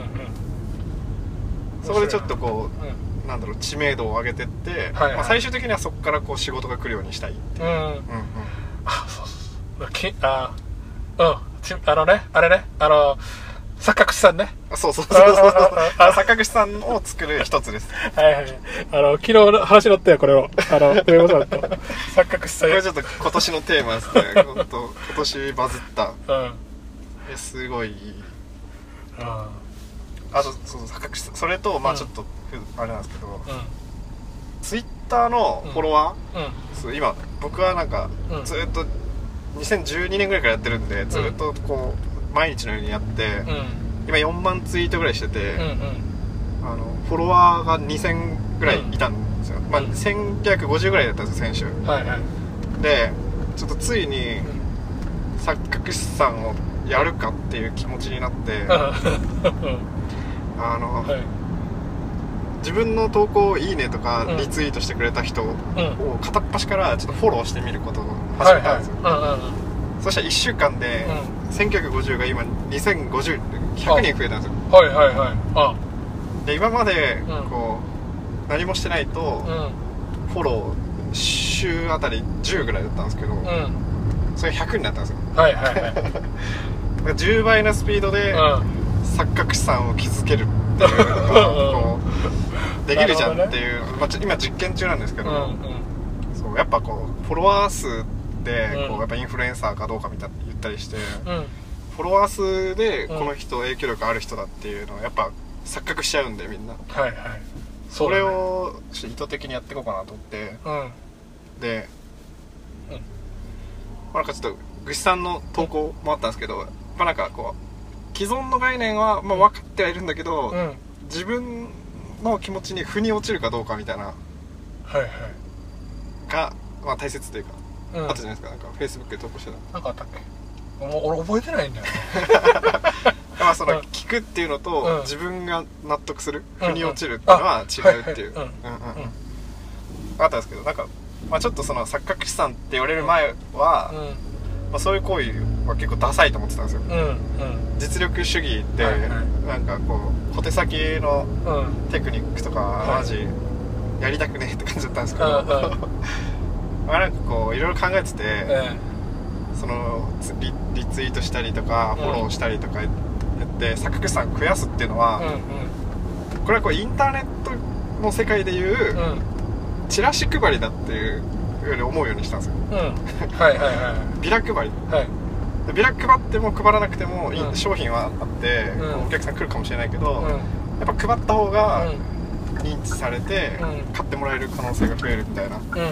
そこでちょっとこう、うん、なんだろう知名度を上げてって、はいはいまあ、最終的にはそこからこう仕事が来るようにしたいっていう、うんうんうん、 あそうそうきあうん、あのね、あれね、あの錯覚資産ね。 そうそうそうそうそう錯覚資産を作る一つです。 はいはい。あの昨日話し乗ったよこれを。あの上本さんと錯覚資産。 これちょっと今年のテーマですね。本当今年バズった。うん。えすごい。うん。あとそう錯覚資産それとまあちょっと、うん、あれなんですけど、うん、ツイッターのフォロワー、うんうん、そう今僕はなんかずっとにせんじゅうにねんぐらいからやってるんでずっとこう毎日のようにやって、うん、今よんまんツイートぐらいしてて、うんうん、あのフォロワーがにせんぐらいいたんですよ、うんまあ、せんきゅうひゃくごじゅうぐらいだったんですよ先週、はいはい、でちょっとついに錯覚資産をやるかっていう気持ちになってあの、はい、自分の投稿をいいねとかリツイートしてくれた人を片っ端からちょっとフォローしてみることを始めたんですよ、はいはいうんうん、そしたらいっしゅうかんでせんきゅうひゃくごじゅうが今にせんごじゅう、ひゃくにん増えたんですよ。はいはいはいあで今までこう、うん、何もしてないと、うん、フォロー週あたりじゅうぐらいだったんですけど、うん、それひゃくになったんですよ。はいはいはいじゅうばいのスピードで錯覚資産を築けるっていうのがこうできるじゃんっていう、ねまあ、今実験中なんですけど、うんうん、そうやっぱこうフォロワー数でこうやっぱインフルエンサーかどうかみたいな言ったりして、うん、フフォロワー数でこの人影響力ある人だっていうのはやっぱ錯覚しちゃうんでみんな。 はいはい。 それをちょっと意図的にやっていこうかなと思って、うん、で、うん、まあ、なんかちょっとぐしさんの投稿もあったんですけど、まあなんかこう既存の概念はまあ分かってはいるんだけど、うん、自分の気持ちに腑に落ちるかどうかみたいな、はいはい、がまあ大切というか、うん、あったじゃないですか。なんかフェイスブックで投稿してた。 なんかあったっけ？もう俺覚えてないんだよね。 まあその聞くっていうのと、うん、自分が納得する、腑に落ちるっていうのは違うっていう分かったんですけど、なんか、まあ、ちょっとその錯覚資産って言われる前は、うんまあ、そういう行為は結構ダサいと思ってたんですよ、うんうん、実力主義で、はいはい、なんかこう小手先のテクニックとか、うん、マジやりたくねえって感じだったんですけど、うんうん、まあなんかこういろいろ考えてて、うん、その リ, リツイートしたりとかフォローしたりとか、うんやって錯覚資産増やすっていうのは、うんうん、これはこうインターネットの世界でいう、うん、チラシ配りだっていうふうに思うようにしたんですよ、うん、はいはいはいビラ配り、はい、ビラ配っても配らなくても、うん、商品はあって、うん、お客さん来るかもしれないけど、うん、やっぱ配った方が認知されて、うん、買ってもらえる可能性が増えるみたいな、うんうんうん、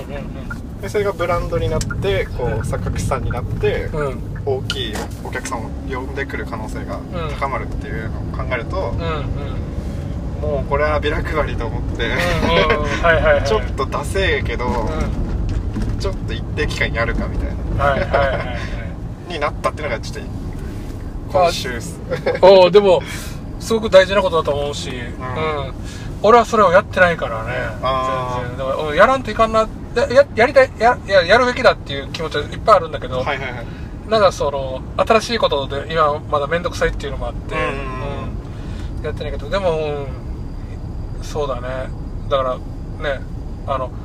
でそれがブランドになってこう錯覚資産になって、うん大きいお客さんを呼んでくる可能性が高まるっていうのを考えると、うんうん、もうこれはビラ配りと思ってちょっとダセーけど、うん、ちょっと一定期間やるかみたいな、はいはいはいはい、になったっていうのがちょっと今週ですおでもすごく大事なことだと思うし、うんうん、俺はそれをやってないからね全然だからやらんといかんな や, やりたい や, や, やるべきだっていう気持ちはいっぱいあるんだけど、はいはいはいなんかその新しいことで今まだ面倒くさいっていうのもあって、うんうん、やってないけどでも、うん、そうだねだからねあの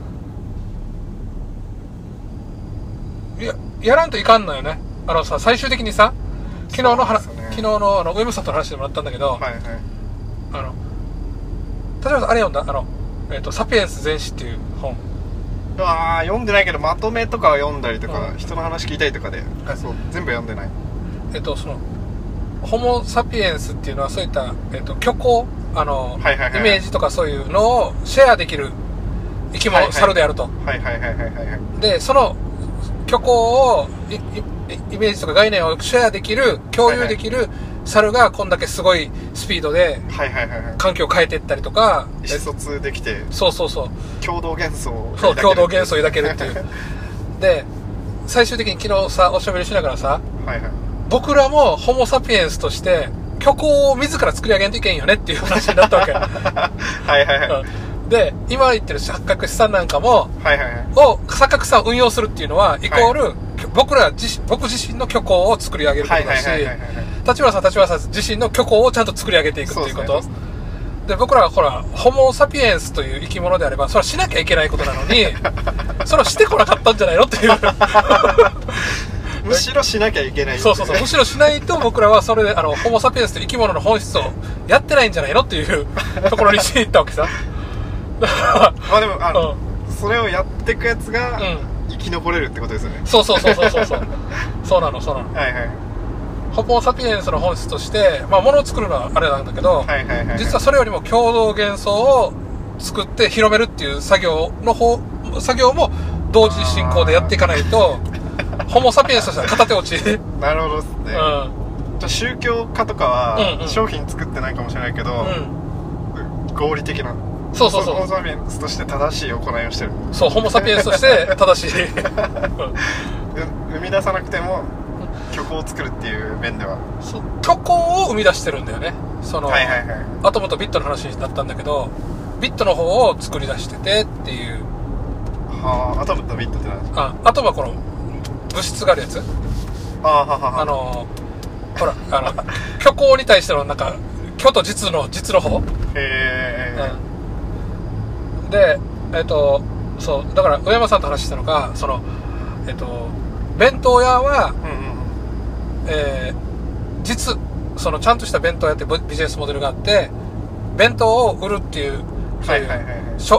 いややらんといかんのよねあのさ最終的にさ昨日の話、ね、昨日のあのウェブサイトの話でもらったんだけど、はいはい、あの例えばあれ読んだあの、えーと、サピエンス全史っていう本あ読んでないけどまとめとかは読んだりとか、うん、人の話聞いたりとかで、はい、そう全部読んでないえっとそのホモ・サピエンスっていうのはそういった、えっと、虚構あの、はいはいはいはい、イメージとかそういうのをシェアできる生き物、はいはい、猿であるとでその虚構をイメージとか概念をシェアできる共有できる、はいはい猿がこんだけすごいスピードで環境を変えていったりとか意思疎通できてそうそうそう共同幻想をそう共同幻想を抱けるっていうで最終的に昨日さおしゃべりしながらさ、はいはい、僕らもホモ・サピエンスとして虚構を自ら作り上げんといけんよねっていう話になったわけはいはいはい、うん、で今言ってる錯覚資産なんかも、はいはいはい、を錯覚資産を運用するっていうのはイコール、はい、僕ら自身僕自身の虚構を作り上げることだし立花さん立花さん自身の虚構をちゃんと作り上げていくっていうこと で,、ね、で僕らはほらホモ・サピエンスという生き物であればそれはしなきゃいけないことなのにそれをしてこなかったんじゃないのっていうむしろしなきゃいけない、ね、 そうそうそうむしろしないと僕らはそれであのホモ・サピエンスという生き物の本質をやってないんじゃないのっていうところにしていったわけさまあでもあの、うん、それをやっていくやつが、うん生き残れるってことですよねそうそうそうそうそうそうそうなのそうなのはいはいホモ・サピエンスの本質としてまあ物を作るのはあれなんだけど、はいはいはいはい、実はそれよりも共同幻想を作って広めるっていう作業の方作業も同時進行でやっていかないとホモ・サピエンスとしては片手落ちなるほどですね、うん、じゃあ宗教家とかは商品作ってないかもしれないけど、うんうん、合理的なそうそうそうホモ・サピエンスとして正しい行いをしてるそうホモ・サピエンスとして正しい生み出さなくても虚構を作るっていう面ではそう虚構を生み出してるんだよねその、はいはいはい、アトムとビットの話だったんだけどビットの方を作り出しててっていうはあアトムとビットって何ですかあアトムはこの物質があるやつあはははあのほらあの虚構に対してのなんか虚と実の実の方へえ、うんで、えっと、そうだから上山さんと話したのがその、えっと、弁当屋は、うんうんえー、実そのちゃんとした弁当屋ってビジネスモデルがあって弁当を売るっていうそういう、はいはいはい、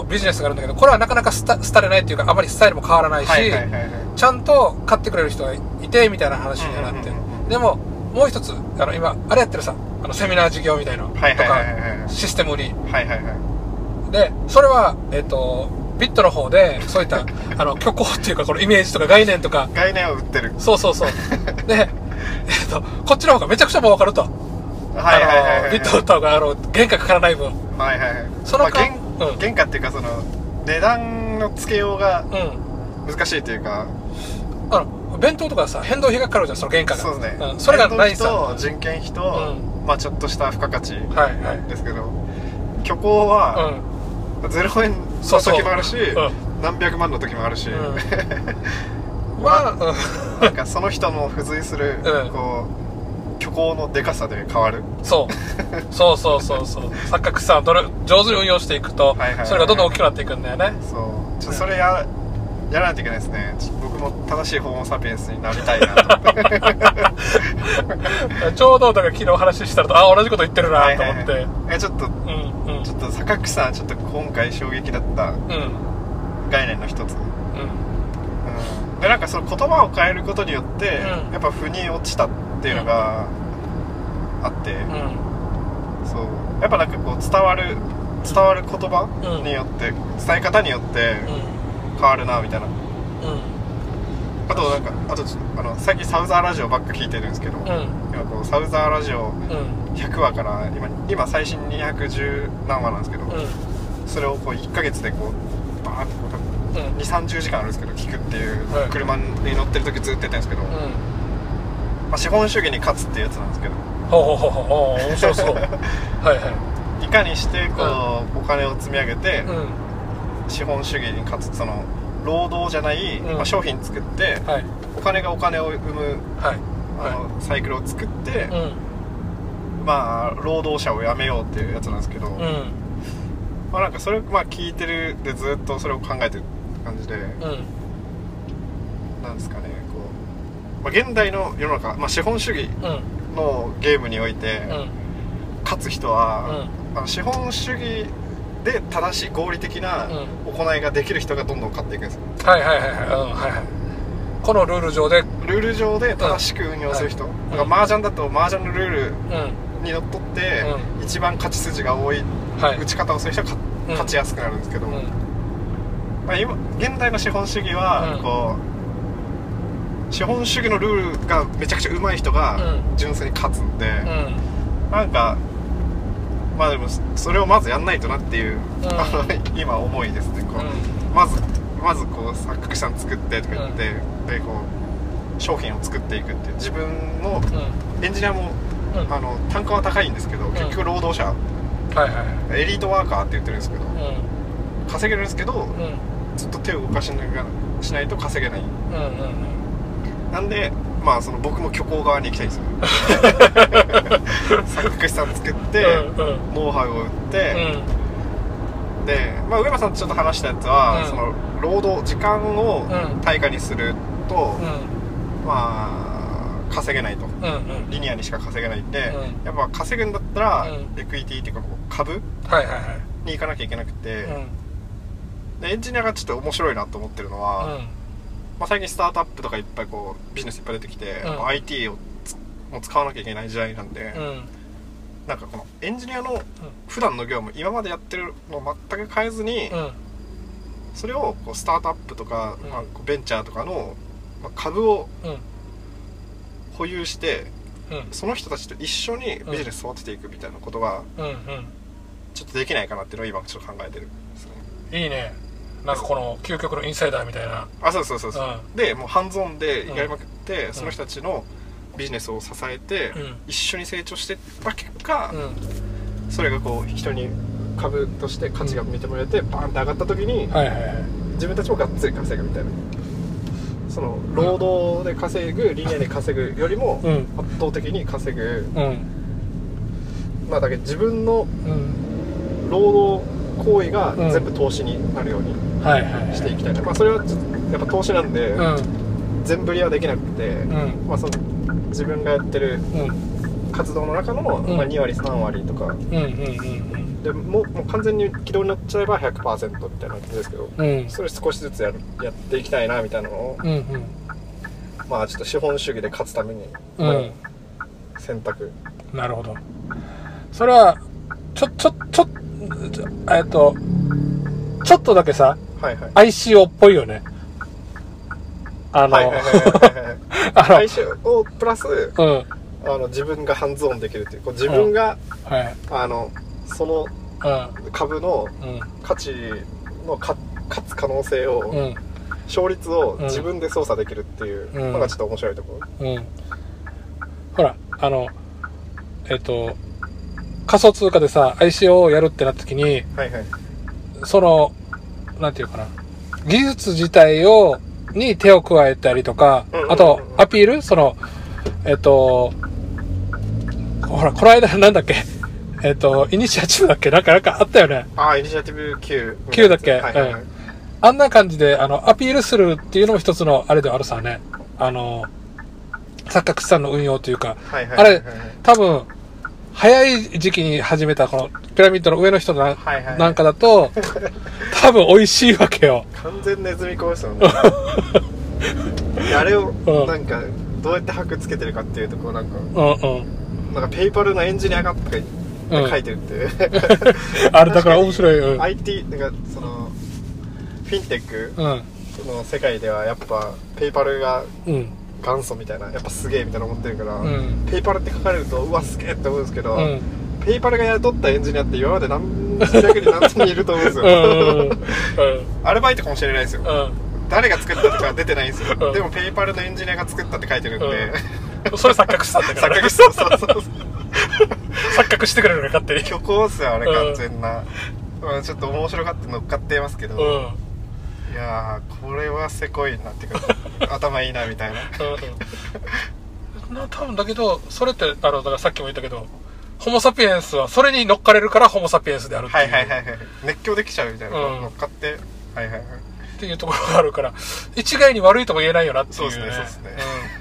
ビジネスがあるんだけどこれはなかなかスタ廃れないっていうかあまりスタイルも変わらないし、はいはいはいはい、ちゃんと買ってくれる人がいてみたいな話になって、うんうんうんうん、でももう一つあの今あれやってるさ、あのセミナー事業みたいなとかシステム売り、 はいはいはい、 でそれはえっ、ー、とビットの方でそういったあの虚構っていうかこのイメージとか概念とか概念を売ってる。 そうそうそうで、えー、とこっちの方がめちゃくちゃ儲かると、はいはいはいはい、 ビット売った方があの原価かからない分、 はいはいはい、 その、まあ、 原, うん、原価っていうかその値段のつけようが難しいというか、 うん、あの弁当とかさ変動費がかかるじゃん、その原価が。 そうですね、 うん、それがないさ、 変動費と人件費と、うん、まあちょっとした付加価値ですけど、はいはい、虚構は、うん、ゼロえんの時もあるし、そうそう、うん、何百万の時もあるし、うん、まあ、うん、なんかその人の付随する、うん、こう虚構のでかさで変わる。 そうそうそうそうそう錯覚さどれ上手に運用していくと、はいはいはい、それがどんどん大きくなっていくんだよね。 そうちょそれややらないといけないですね。僕も正しいホモサピエンスになりたいなとちょうどだから昨日話したらとあ同じこと言ってるなと思って、はいはいはい、 えちょっと、うんうん、ちょっと錯覚さんちょっと今回衝撃だった概念の一つ、うんうん、でなんかその言葉を変えることによって、うん、やっぱ腑に落ちたっていうのがあって、うん、そうやっぱなんかこう伝わる伝わる言葉によって、うん、伝え方によって変わるなみたいな、うん、あとなんかあとあの最近サウザーラジオばっか聞いてるんですけど、うん、今こうサウザーラジオひゃくわから今今最新にひゃくじゅうなんわなんですけど、うん、それをこういっかげつでこうバーッとこう多分にじゅうさんじゅうじかんあるんですけど聞くっていう、はい、車に乗ってる時ずっとやってるんですけど、うんまあ、資本主義に勝つっていうやつなんですけど、 ほうほうほうほう面白そうはいはいいかにしてこう、うん、お金を積み上げて、うん、資本主義に勝つその労働じゃない、うんまあ、商品作って、はい、お金がお金を生む、はい、あのサイクルを作って、うん、まあ労働者を辞めようっていうやつなんですけど、うんまあ、なんかそれまあ聞いてるでずっとそれを考えてる感じで、うん、なんですかねこう、まあ、現代の世の中、まあ、資本主義のゲームにおいて、うん、勝つ人は、うん、あの資本主義で正しい合理的な行いができる人がどんどん勝っていくんですよ、 うん、はいはいはいはい、うんはいはい、このルール上でルール上で正しく運用する人、うん、だから麻雀だと麻雀のルールにのっとって、うん、一番勝ち筋が多い打ち方をする人は、うん、勝ちやすくなるんですけど、うんまあ、今現代の資本主義は、うん、こう資本主義のルールがめちゃくちゃ上手い人が純粋に勝つんで、うん、なんかまあでもそれをまずやんないとなっていう、うん、あの今思いですねこう、うん、まずまずこう錯覚さん作ってとか言って、うん、でこう商品を作っていくっていう自分の、うん、エンジニアも、うん、あの単価は高いんですけど、うん、結局労働者、はいはい、エリートワーカーって言ってるんですけど、うん、稼げるんですけど、うん、ずっと手を動かしないと稼げない、うんうんうん、なんでまあその僕も虚構側に行きたいんですよ錯覚資産作って、うんうん、ノウハウを売って、うん、で、まあ、上間さんとちょっと話したやつは、うん、その労働時間を対価にすると、うん、まあ稼げないと、うんうん、リニアにしか稼げないんで、うん、やっぱ稼ぐんだったら、うん、エクイティっていうか株、はいはいはい、に行かなきゃいけなくて、うん、でエンジニアがちょっと面白いなと思ってるのは、うんまあ、最近スタートアップとかいっぱいこうビジネスいっぱい出てきて、うん、アイティー をも使わなきゃいけない時代なんで、うん、なんかこのエンジニアの普段の業務今までやってるのを全く変えずに、うん、それをこうスタートアップとか、うんまあ、こうベンチャーとかの、まあ、株を保有して、うん、その人たちと一緒にビジネスを育てていくみたいなことが、うんうん、ちょっとできないかなっていうのを今ちょっと考えてるんですね。 いいね。なんかこの究極のインサイダーみたいな。 あ、そうそうそうそう、うん、でもうハンズオンでやりまくって、うん、その人たちのビジネスを支えて、うん、一緒に成長していった結果、うん、それがこう人に株として価値が認められて、うん、バーンって上がった時に、はいはいはい、自分たちもがっつり稼ぐみたいな、その労働で稼ぐ、リニアで稼ぐよりも圧倒的に稼ぐ、うん、まあだけど自分の労働行為が全部投資になるようにしていきたいな、まあそれはやっぱ投資なんで、うん、全振りはできなくて、うんまあ、その自分がやってる活動の中の、うんまあ、にわりさんわりとか、うんうんうんうん、でもう、もう完全に軌道に乗っちゃえば ひゃくパーセント みたいな感じですけど、うん、それ少しずつやるやっていきたいなみたいなのを、うんうん、まあちょっと資本主義で勝つために、うん、 選択。 なるほど。それはちょちょちょえっとちょっとだけさ、はいはい、アイシーオー っぽいよね。あの、 アイシーオー プラス、うん、あの自分がハンズオンできるっていう、こう自分が、うん、はい、あのその株の価値のか勝つ可能性を、うん、勝率を自分で操作できるっていうのがちょっと面白いところ。うんうん、 ほらあのえっと仮想通貨でさ アイシーオー をやるってなった時に、はいはい、そのなんていうかな、技術自体をに手を加えたりとか、うんうんうんうん、あとアピール、そのえっとほらこの間なんだっけ、えっとイニシアチブだっけ、なんかなんかあったよね。 ああ、イニシアチブ Q きゅうだっけ、はいはいはい、うん、あんな感じであのアピールするっていうのも一つのあれではあるさね、あの錯覚資産の運用というか、はいはいはいはい、あれ多分早い時期に始めたこのピラミッドの上の人 な,、はいはいはい、なんかだと多分美味しいわけよ。 完全ネズミ講ですよね。あれをなんかどうやって箔つけてるかっていうと、こうなんか、うんうん、なんかペイパルのエンジニアがとか書いてるって、うん、あれだから面白い、うん、アイティー なんかそのフィンテックの世界ではやっぱペイパルが、うん、元祖みたいな、やっぱすげえみたいな思ってるから、うん、ペイパルって書かれるとうわすげえって思うんですけど、うん、ペイパルが雇ったエンジニアって今まで何百人何千人いると思うんですよ。うん、アルバイトかもしれないですよ、うん、誰が作ったとか出てないんですよ、うん、でもペイパルのエンジニアが作ったって書いてるんで、 うん、それ錯覚したんだから、ね、錯覚したそうそうそう錯覚してくれるの勝手に虚構っすよあれ、完全な、うん、ちょっと面白がって乗っかってますけど、うん、いやーこれはせこいなっていうか頭いいなみたいな、 うん、多分だけどそれってあのだからさっきも言ったけどホモサピエンスはそれに乗っかれるからホモサピエンスであるっていう、はいはいはいはい、 熱狂できちゃうみたいな、うん、乗っかってはいはいはいっていうところがあるから一概に悪いとも言えないよなっていうね。そうですねそうですね、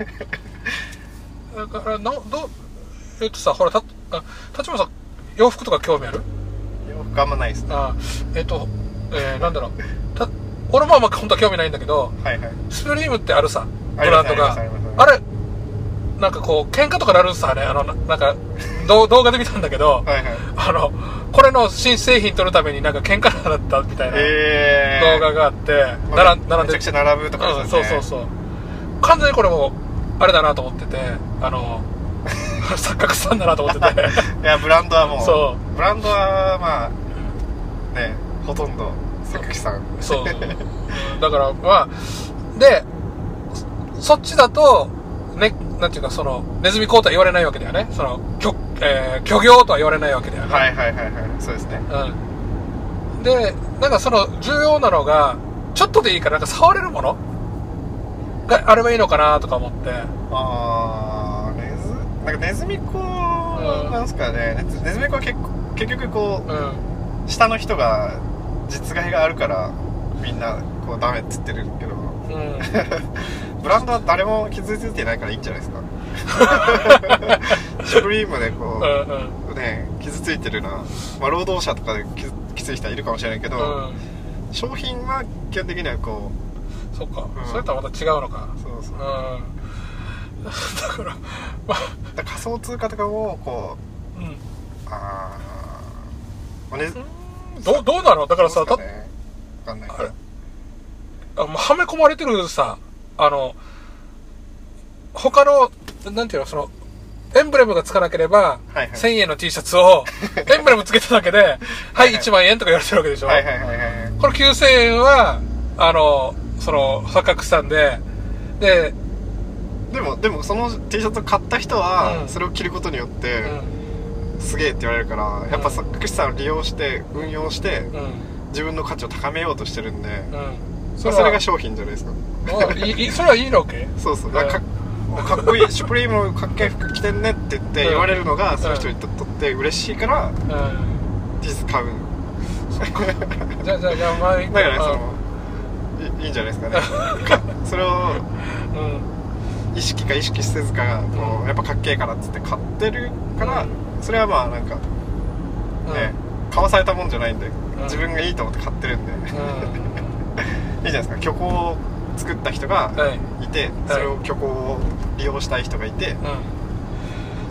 うん、だからなどえっとさほらた立花さん洋服とか興味ある？ 洋服あんまないですね。あえっと、えー、なんだろうた俺もあんま本当は興味ないんだけど、はいはい、スプリームってあるさブランドが あ, あ, あれなんかこう喧嘩とかなるさね、あのなんか動画で見たんだけどはい、はい、あのこれの新製品取るためになんか喧嘩だったみたいな動画があって、えー、並んでめちゃくちゃ並ぶとかですよね、 うん、そうそうそう完全にこれもあれだなと思ってて、あの錯覚したんだなと思ってていやブランドはもうそうブランドはまあねほとんど錯覚さんそうだからまあでそっちだとね、なんていうかそのネズミ講とは言われないわけだよね、その虚、えー、虚業とは言われないわけだよね。 はいはいはいはいそうですね、 うん、でなんかその重要なのがちょっとでいいからなんか触れるものがあればいいのかなとか思って。 ああネズなんかネズミ講なんすかね、うん、ネズミ講は結構結局こう、うん、下の人が実害があるからみんなこうダメって言ってるけど、うんブランドは誰も傷ついてないからいいんじゃないですかシュプリームでこう、うんうん、ね傷ついてるな、まあ、労働者とかできつい人はいるかもしれないけど、うん、商品は基本的にはこうそっか、うん、それとはまた違うのか。そうそう、うん、だから、まあ、 だから仮想通貨とかもこう、うん、ああ、ね、 ど, どうなのだからさ、 どうですかね、分かんないからあはめ込まれてるさ、あの他のなんていうのそのエンブレムがつかなければ、はいはい、せんえんの T シャツをエンブレムつけただけではいいちまんえんとか言われてるわけでしょ。はいはいはいはい、これきゅうせんえんはあのその錯覚したんでででもでもその T シャツを買った人は、うん、それを着ることによって、うん、すげえって言われるから、やっぱ錯覚資産を利用して運用して、うん、自分の価値を高めようとしてるんで、うん、そ, れそれが商品じゃないですか。 いそれはいいのけ？ そうそう、か, かっこいいシュプリームのかっけえ服着てんねって言って言われるのが、うん、その人にとって嬉しいから、うん、T シャツ買う。 じゃあじゃあじゃあ前だからその い, いいんじゃないですかねそれを、うん、意識か意識せずかこうやっぱかっけえからっつって買ってるから、うん、それはまあなんか、うん、ね買わされたもんじゃないんで、うん、自分がいいと思って買ってるんで、うん、いいじゃないですか。虚構を作った人がいて、はい、それを虚構を利用したい人がいて、うん、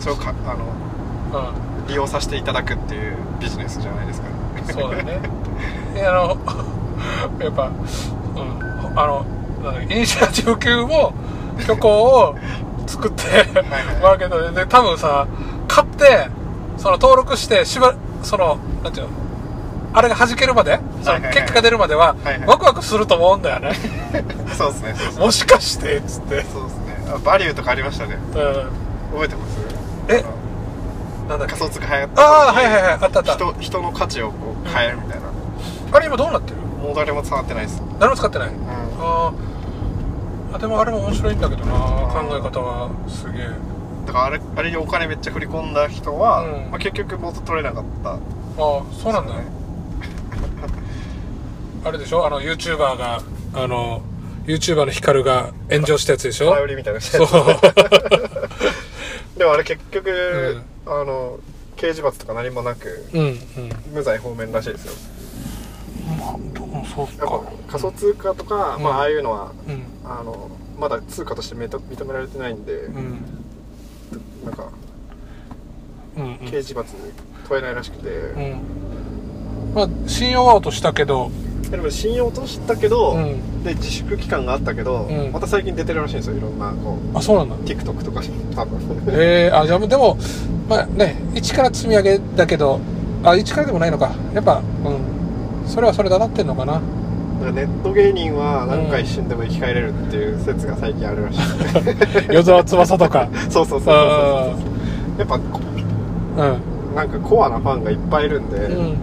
それをかあの、うん、利用させていただくっていうビジネスじゃないですか。 そうだね。いや、あのやっぱ、うん、あのなんだイニシアチブ級も虚構を作ってマーケットで、で多分さ買ってその登録してしばそのなんていうのあれが弾けるまで、その結果が出るまではワクワクすると思うんだよね。 そうですね。 もしかしてっつって。 そうですね。バリューとかありましたね。うん。覚えてます？ え、なんだっけ？ 仮想通貨流行った。 ああ、はいはいはい、あったあった。 人人の価値をこう変えるみたいな。 あれ今どうなってる？ もう誰も使ってないです。 誰も使ってない。うん。 ああ、でもあれも面白いんだけどな、考え方はすげえ。 だからあれあれにお金めっちゃ振り込んだ人は、うん、まあ結局元取れなかった。ああ、 そうなんだね。あれでしょ、あの YouTuber があの YouTuber のヒカルが炎上したやつでしょ。 前売りみたいなやつ。そうでもあれ結局、うん、あの刑事罰とか何もなく、うんうん、無罪放免らしいですよ。 まあどうもそうか。 仮想通貨とか、うん、まあああいうのは、うん、あのまだ通貨として認められてないんで、うん、なんか、うんうん、刑事罰問えないらしくて、うん、 まあ信用は落としたけど。 でも信用落としたけど、うん、で自粛期間があったけど、うん、また最近出てるらしいんですよ、いろんなこう。 あ、そうなんだ。 TikTok とか多分。 えー、あ、じゃあでもまあね、一から積み上げだけど、あ、一からでもないのか。やっぱ、うん、それはそれで当たってんのかな。 ネット芸人は何か一瞬でも生き返れるっていう説が最近あるらしい。 与沢翼とか。 そうそうそうそうそう。やっぱ、うん、なんかコアなファンがいっぱいいるんで。うん、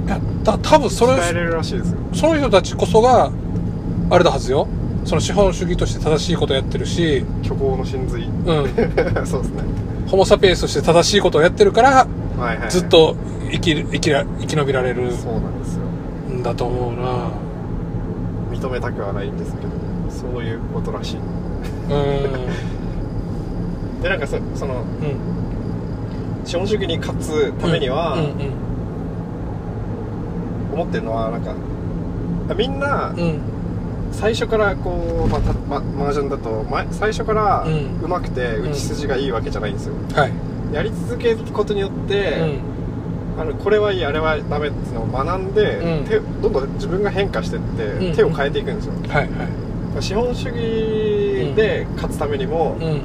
いやた多分それその人たちこそがあれだはずよ。その資本主義として正しいことをやってるし、 虚構の真髄、うん、そうですね。 ホモサピエンスとして正しいことをやってるから、はいはいはい、ずっと生きる生きら生き延びられる。 そうなんですよ。 んだと思うな。 認めたくはないんですけど、そういうことらしい。うん。でなんか そ, その、うん、資本主義に勝つためには。うんうんうん、思ってるのはなんかみんな最初からこう、まあ、たま、マージャンだと、ま、最初から上手くて打ち筋がいいわけじゃないんですよ、うんはい、やり続けることによって、うん、あのこれはいいあれはダメっていうのを学んで、うん、手どんどん自分が変化していって、うん、手を変えていくんですよ、はいはい、資本主義で勝つためにも、うん、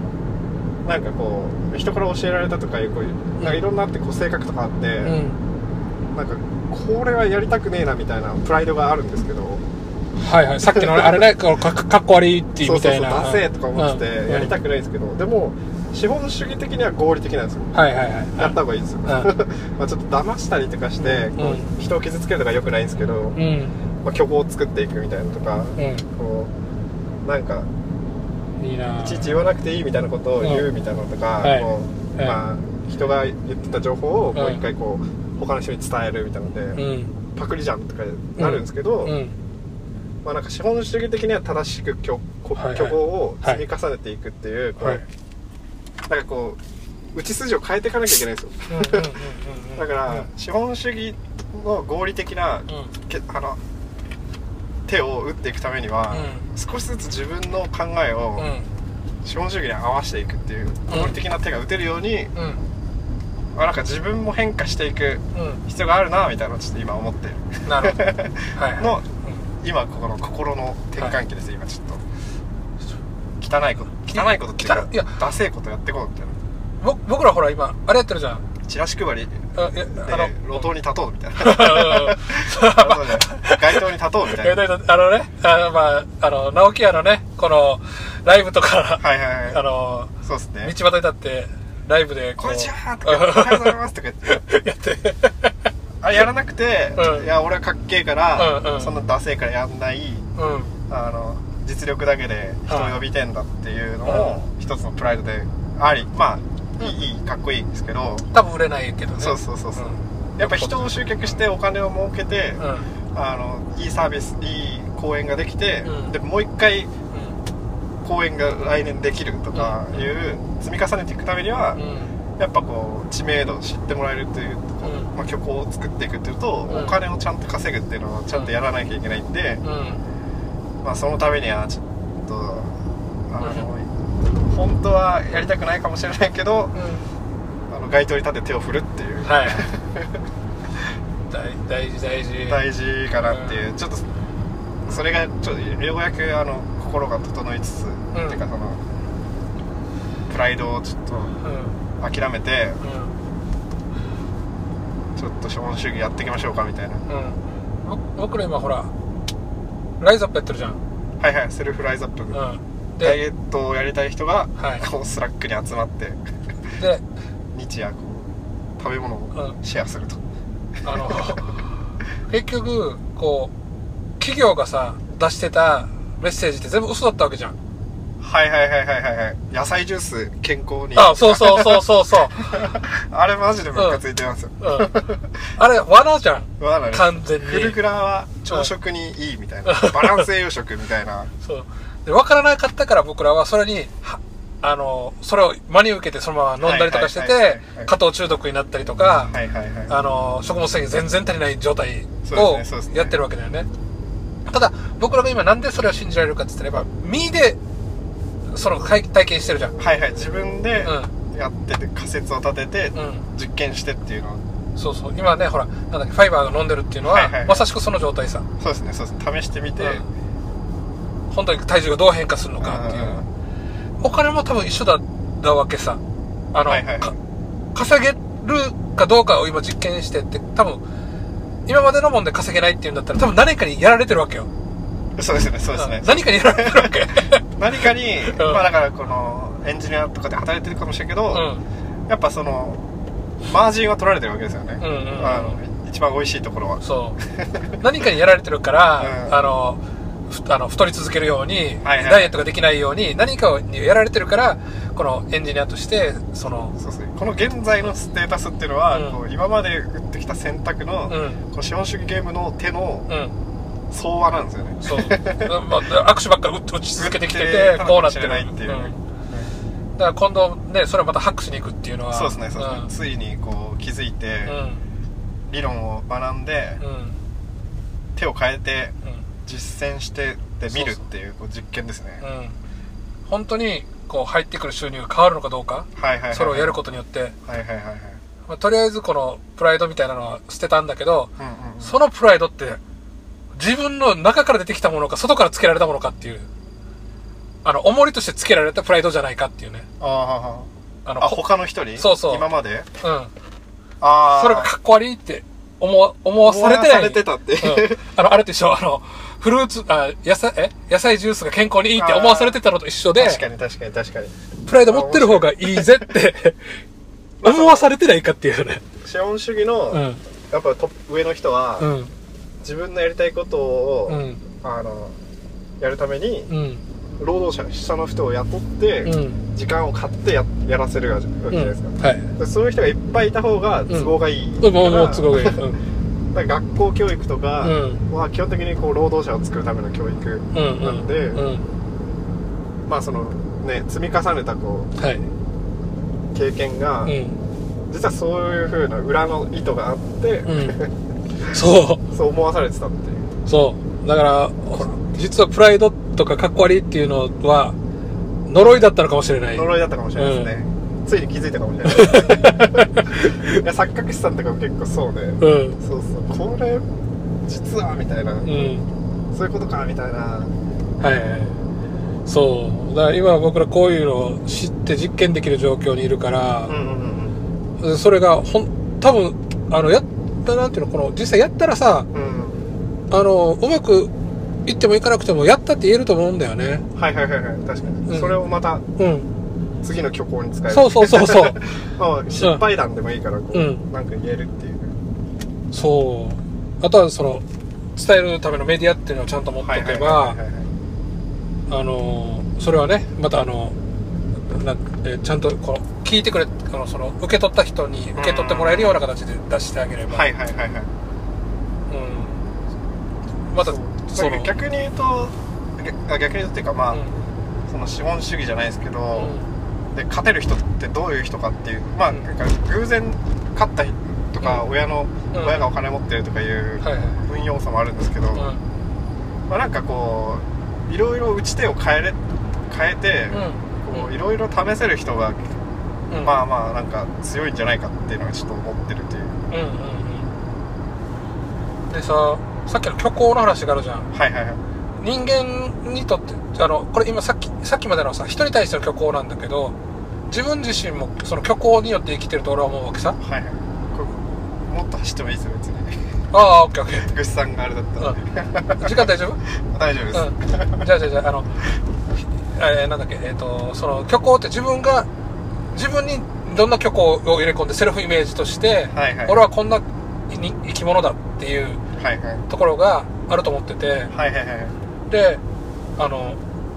なんかこう人から教えられたとかいうこういうなんかいろんなあってこう性格とかあって、うん、なんかこれはやりたくねえなみたいなプライドがあるんですけど、 はいはい、さっきのあれねか, かっこ悪いっていうみたいな、 そうそうそう、ダセーとか思っててやりたくないんですけど、うん、でも資本主義的には合理的なんですよ、はいはいはい、やった方がいいですよ、うん、まあちょっと騙したりとかしてこう、うん、人を傷つけるのが良くないんですけど、うんまあ、虚構を作っていくみたいなとか、うん、こうなんかいいないちいち言わなくていいみたいなことを言うみたいなのとか、うんこうはいまあ、人が言ってた情報をもう一回こう、うん他の人に伝えるみたいなので、うん、パクリじゃんとかなるんですけど、うんうんまあ、なんか資本主義的には正しく虚構を積み重ねていくっていう、はいはい、なんかこう打ち筋を変えていかなきゃいけないんですよだから資本主義の合理的な、うん、あの手を打っていくためには、うん、少しずつ自分の考えを資本主義に合わせていくっていう合理的な手が打てるように、うんうんなんか自分も変化していく必要があるなみたいなのをちょっと今思ってる、うん、なるほどはい、はい、の、うん、今ここの心の転換期です、はい、今ちょっと汚いこと汚いことっていうかいやダセえことやってこうみたいな僕らほら今あれやってるじゃんチラシ配りで路頭に立とうみたいな街頭に立とうみたいなあのねあ、まあ、あの直木屋のねこのライブとかはいはい、はい、 あのそうっすね道端に立ってライブでこんにちはとかおはようございますとか言ってやってあやらなくて、うん、いや俺はかっけえから、うんうん、そんなダセえからやんない、うん、あの実力だけで人を呼びてんだっていうのも、うん、一つのプライドでありまあ、うん、いいかっこいいんですけど多分売れないけどねそうそうそうそう、うん、やっぱ人を集客してお金を儲けて、うん、あのいいサービスいい公演ができて、うん、でもう一回公演が来年できるとかいう積み重ねていくためには、うん、やっぱこう知名度を知ってもらえるっていう、うんまあ、虚構を作っていくっていうと、うん、お金をちゃんと稼ぐっていうのをちゃんとやらなきゃいけないんで、うんまあ、そのためにはちょっとあの、うん、本当はやりたくないかもしれないけど、うん、 の街灯に立って手を振るっていう、 はい大, 大事大事大事かなっていう、うん、ちょっとそれがちょっとようやくあの心が整いつつ、うん、っていうかそのプライドをちょっと諦めて、うん、ちょっと資本主義やっていきましょうかみたいな、うん、 僕ら今ほらライズアップやってるじゃん。 はいはい、セルフライズアップ、うん、ダイエットをやりたい人が、はい、こうスラックに集まってで日夜こう食べ物をシェアすると、うん、あの結局こう企業がさ出してたメッセージって全部嘘だったわけじゃん。 はいはいはいはいはい、野菜ジュース健康に、 あ、そうそうそうそうそうあれマジでムカついてますよ、うんうん、 あれ罠じゃん。 罠ね、 完全にフルグラは朝食にいいみたいな、うん、バランス栄養食みたいなそうで分からなかったから僕らはそれにあのそれを真に受けてそのまま飲んだりとかしてて過糖中毒になったりとか、はいはいはい、あの食物繊維全然足りない状態をやってるわけだよね。ただ僕らが今なんでそれを信じられるかって言ったらやっぱ身でその体験してるじゃん。 はいはい、自分でやってて仮説を立てて実験してっていうのを、 うん、そうそう今ねほらなんだっけファイバーが飲んでるっていうのは、はいはいはい、まさしくその状態さ。 そうですね、そうですね、試してみて、うん、 本当に体重がどう変化するのかっていう、うん、お金も多分一緒だったわけさ。あの、はいはい、稼げるかどうかを今実験してって多分今までのもんで稼げないっていうんだったら多分何かにやられてるわけよ。 そうですねそうですね、 うん、何かにやられてるわけ何かに、うん、まあだからこのエンジニアとかで働いてるかもしれんけど、うん、やっぱそのマージンは取られてるわけですよね、うんうんうん、あの一番美味しいところはそう何かにやられてるから、うん、あのあの太り続けるように、はいはい、ダイエットができないように何かにやられてるからこのエンジニアとしてそのそうそう、この現在のステータスっていうのは、うん、こう今まで打ってきた選択の、うん、この資本主義ゲームの手の、うん相和なんですよね。そう、 まあ、握手ばっかり打ち続けてきててこうなってるっていう、うん、だから今度ねそれをまたハックしに行くっていうのはそうですねそうですね、うん、ついにこう気づいて、うん、理論を学んで、うん、手を変えて、うん、実践してで見るっていう、こう実験ですね、うん、 本当にこう入ってくる収入が変わるのかどうか、はいはいはいはい、それをやることによって、はいはいはいはい、まあ、とりあえずこのプライドみたいなのは捨てたんだけど、うんうんうん、そのプライドって自分の中から出てきたものか外からつけられたものかっていう、あの重りとしてつけられたプライドじゃないかっていうね。 ああのあ他の人にそうそう今までうんあそれがかっこ悪いって思思わされてない。 思わされてたって、 うん、あのあれと一緒、あのフルーツあ野菜え野菜ジュースが健康にいいって思わされてたのと一緒で、 確かに確かに確かにプライド持ってる方がいいぜって思わされてないかっていうね。 資本主義の、うん、やっぱト上の人は、うん、自分のやりたいことを、うん、あのやるために、うん、労働者下の人を雇って、うん、時間を買って や, やらせるわけじゃないですか、うんはい、そういう人がいっぱいいた方が都合がいい、 うん、もうもう都合がいい、うん、 だから学校教育とかは基本的にこう労働者を作るための教育なんで、うんうんうん、まあそのね積み重ねたこう、はい、経験が、うん、実はそういう風な裏の意図があって、うんそうそう思わされてたっていう。 そうだから実はプライドとかかっこ悪いっていうのは呪いだったのかもしれない。 呪いだったかもしれないですね、うん、ついに気づいたかもしれないいや錯覚師さんとかも結構そうで、うん、そうそうこれ実はみたいな、うん、そういうことかみたいな。はいはい、 そうだから今僕らこういうのを知って実験できる状況にいるから、うんうんうん、それがほん多分あのやなんていうのこの実際やったらさ、うん、あのうまくいってもいかなくてもやったって言えると思うんだよね。 はいはいはいはい確かに、うん、それをまた、うん、次の虚構に使える。 そうそうそうそう失敗談でもいいからこう、うん、なんか言えるっていう。 そうあとはその伝えるためのメディアっていうのをちゃんと持っておけばあのそれはねまたあのなえちゃんとこの聞いてくれあのその受け取った人に受け取ってもらえるような形で出してあげれば、 はいはいはいはい、うん、またその逆に言うと逆に言うっていうかまあ、うん、その資本主義じゃないですけど、うん、で勝てる人ってどういう人かっていうまあなんか偶然勝った人とか、うん、親の、うん、親がお金持ってるとかいう運要素もあるんですけど、うん、まあなんかこういろいろ打ち手を変えれ変えて、うんいろいろ試せる人がうん、まあまあなんか強いんじゃないかっていうのはちょっと思ってるという。うんうんうん。でさ、さっきの虚構の話があるじゃん。 はいはいはい。 人間にとってあのこれ今さっきさっきまでのさ人に対しての虚構なんだけど、自分自身もその虚構によって生きてると俺は思うわけさ。 はいはい。これもっと走ってもいいですよ別に。 ああ、オッケーオッケー。 グッさんがあれだったら、 うん、時間大丈夫？ 大丈夫です。 うん、じゃあじゃあじゃああの、えー、なんだっけえっ、ー、とその虚構って自分が自分にどんな虚構を入れ込んでセルフイメージとして、はいはい、俺はこんな生き物だっていうところがあると思ってて、はいはいはい、であの、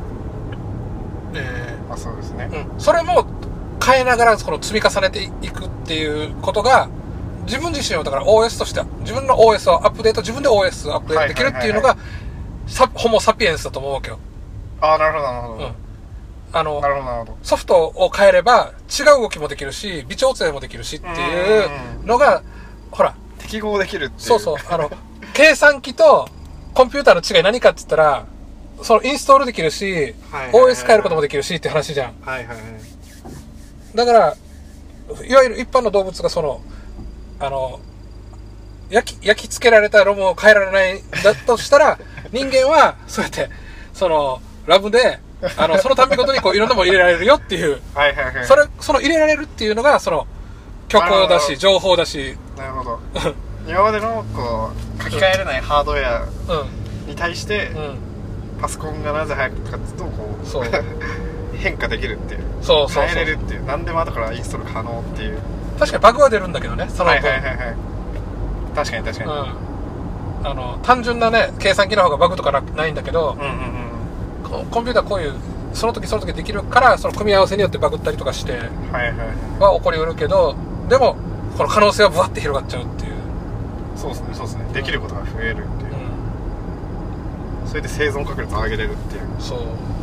えー、あそうですね、 うん、それも変えながらこの積み重ねていくっていうことが自分自身をだから オーエス として自分の オーエス をアップデート自分で オーエス をアップデートできるっていうのがホモサピエンスだと思うわけよ。 ああなるほどなるほど、うん、 あのなるほどなるほど。ソフトを変えれば違う動きもできるし微調整もできるしっていうのがほら適合できるっていう。 そうそうあの計算機とコンピューターの違い何かって言ったらそのインストールできるし、はいはいはいはい、オーエス 変えることもできるしって話じゃん、はいはいはい、だからいわゆる一般の動物がそのあの焼き焼き付けられたロムを変えられないだとしたら人間はそうやってそのラムであのそのたびごとにこういろんなもの入れられるよっていうはいはい、はい、それその入れられるっていうのがその虚構だし情報だし。 なるほど今までのこう書き換えれないハードウェアに対して、うんうんパソコンがなぜ速くかっていうとこうそう変化できるっていうそうそうそう変えれるっていう何でも後からインストール可能っていう。 確かにバグは出るんだけどねそのはいはいはいはい確かに確かに、うん、 あの単純なね計算機の方がバグとか な, ないんだけど、うんうんうん、コンピューターこういうその時その時できるからその組み合わせによってバグったりとかしてはいはいはいは起こりうるけどでもこの可能性はブワッて広がっちゃうっていう。 そうですねそうですねできることが増えるっていう、うんそれで生存確率を上げれるっていう。 そう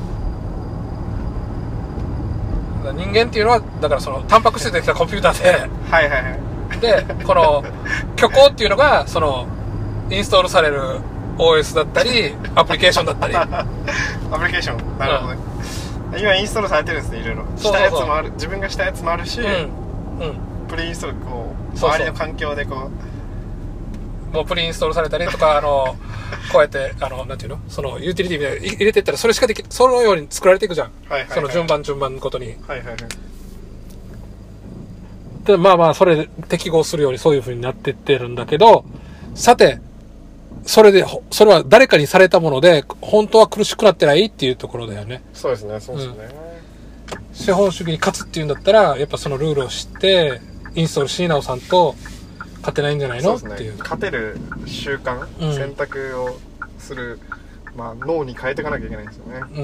人間っていうのはだからそのタンパク質でできたコンピューターではいはいはいでこの虚構っていうのがそのインストールされる オーエス だったりアプリケーションだったりアプリケーションなるほどね、うん、今インストールされてるんですねいろいろしたやつもある自分がしたやつもあるし、うんうん、プレインストールこう周りの環境でこうもうプリインストールされたりとかあのこうやってあのなんていうのそのユーティリティみたいな入れていったらそれしかできそのように作られていくじゃん、はいはいはい、その順番順番ごとに、はいはいはい、でまあまあそれで適合するようにそういう風になっていってるんだけどさてそれでそれは誰かにされたもので本当は苦しくなってないっていうところだよね。 そうですねそうですね、 うん、資本主義に勝つっていうんだったらやっぱそのルールを知ってインストールしなおさんと勝てないんじゃないの、 そうですね、 っていう勝てる習慣、うん、選択をする、まあ、脳に変えていかなきゃいけないんですよね、うん、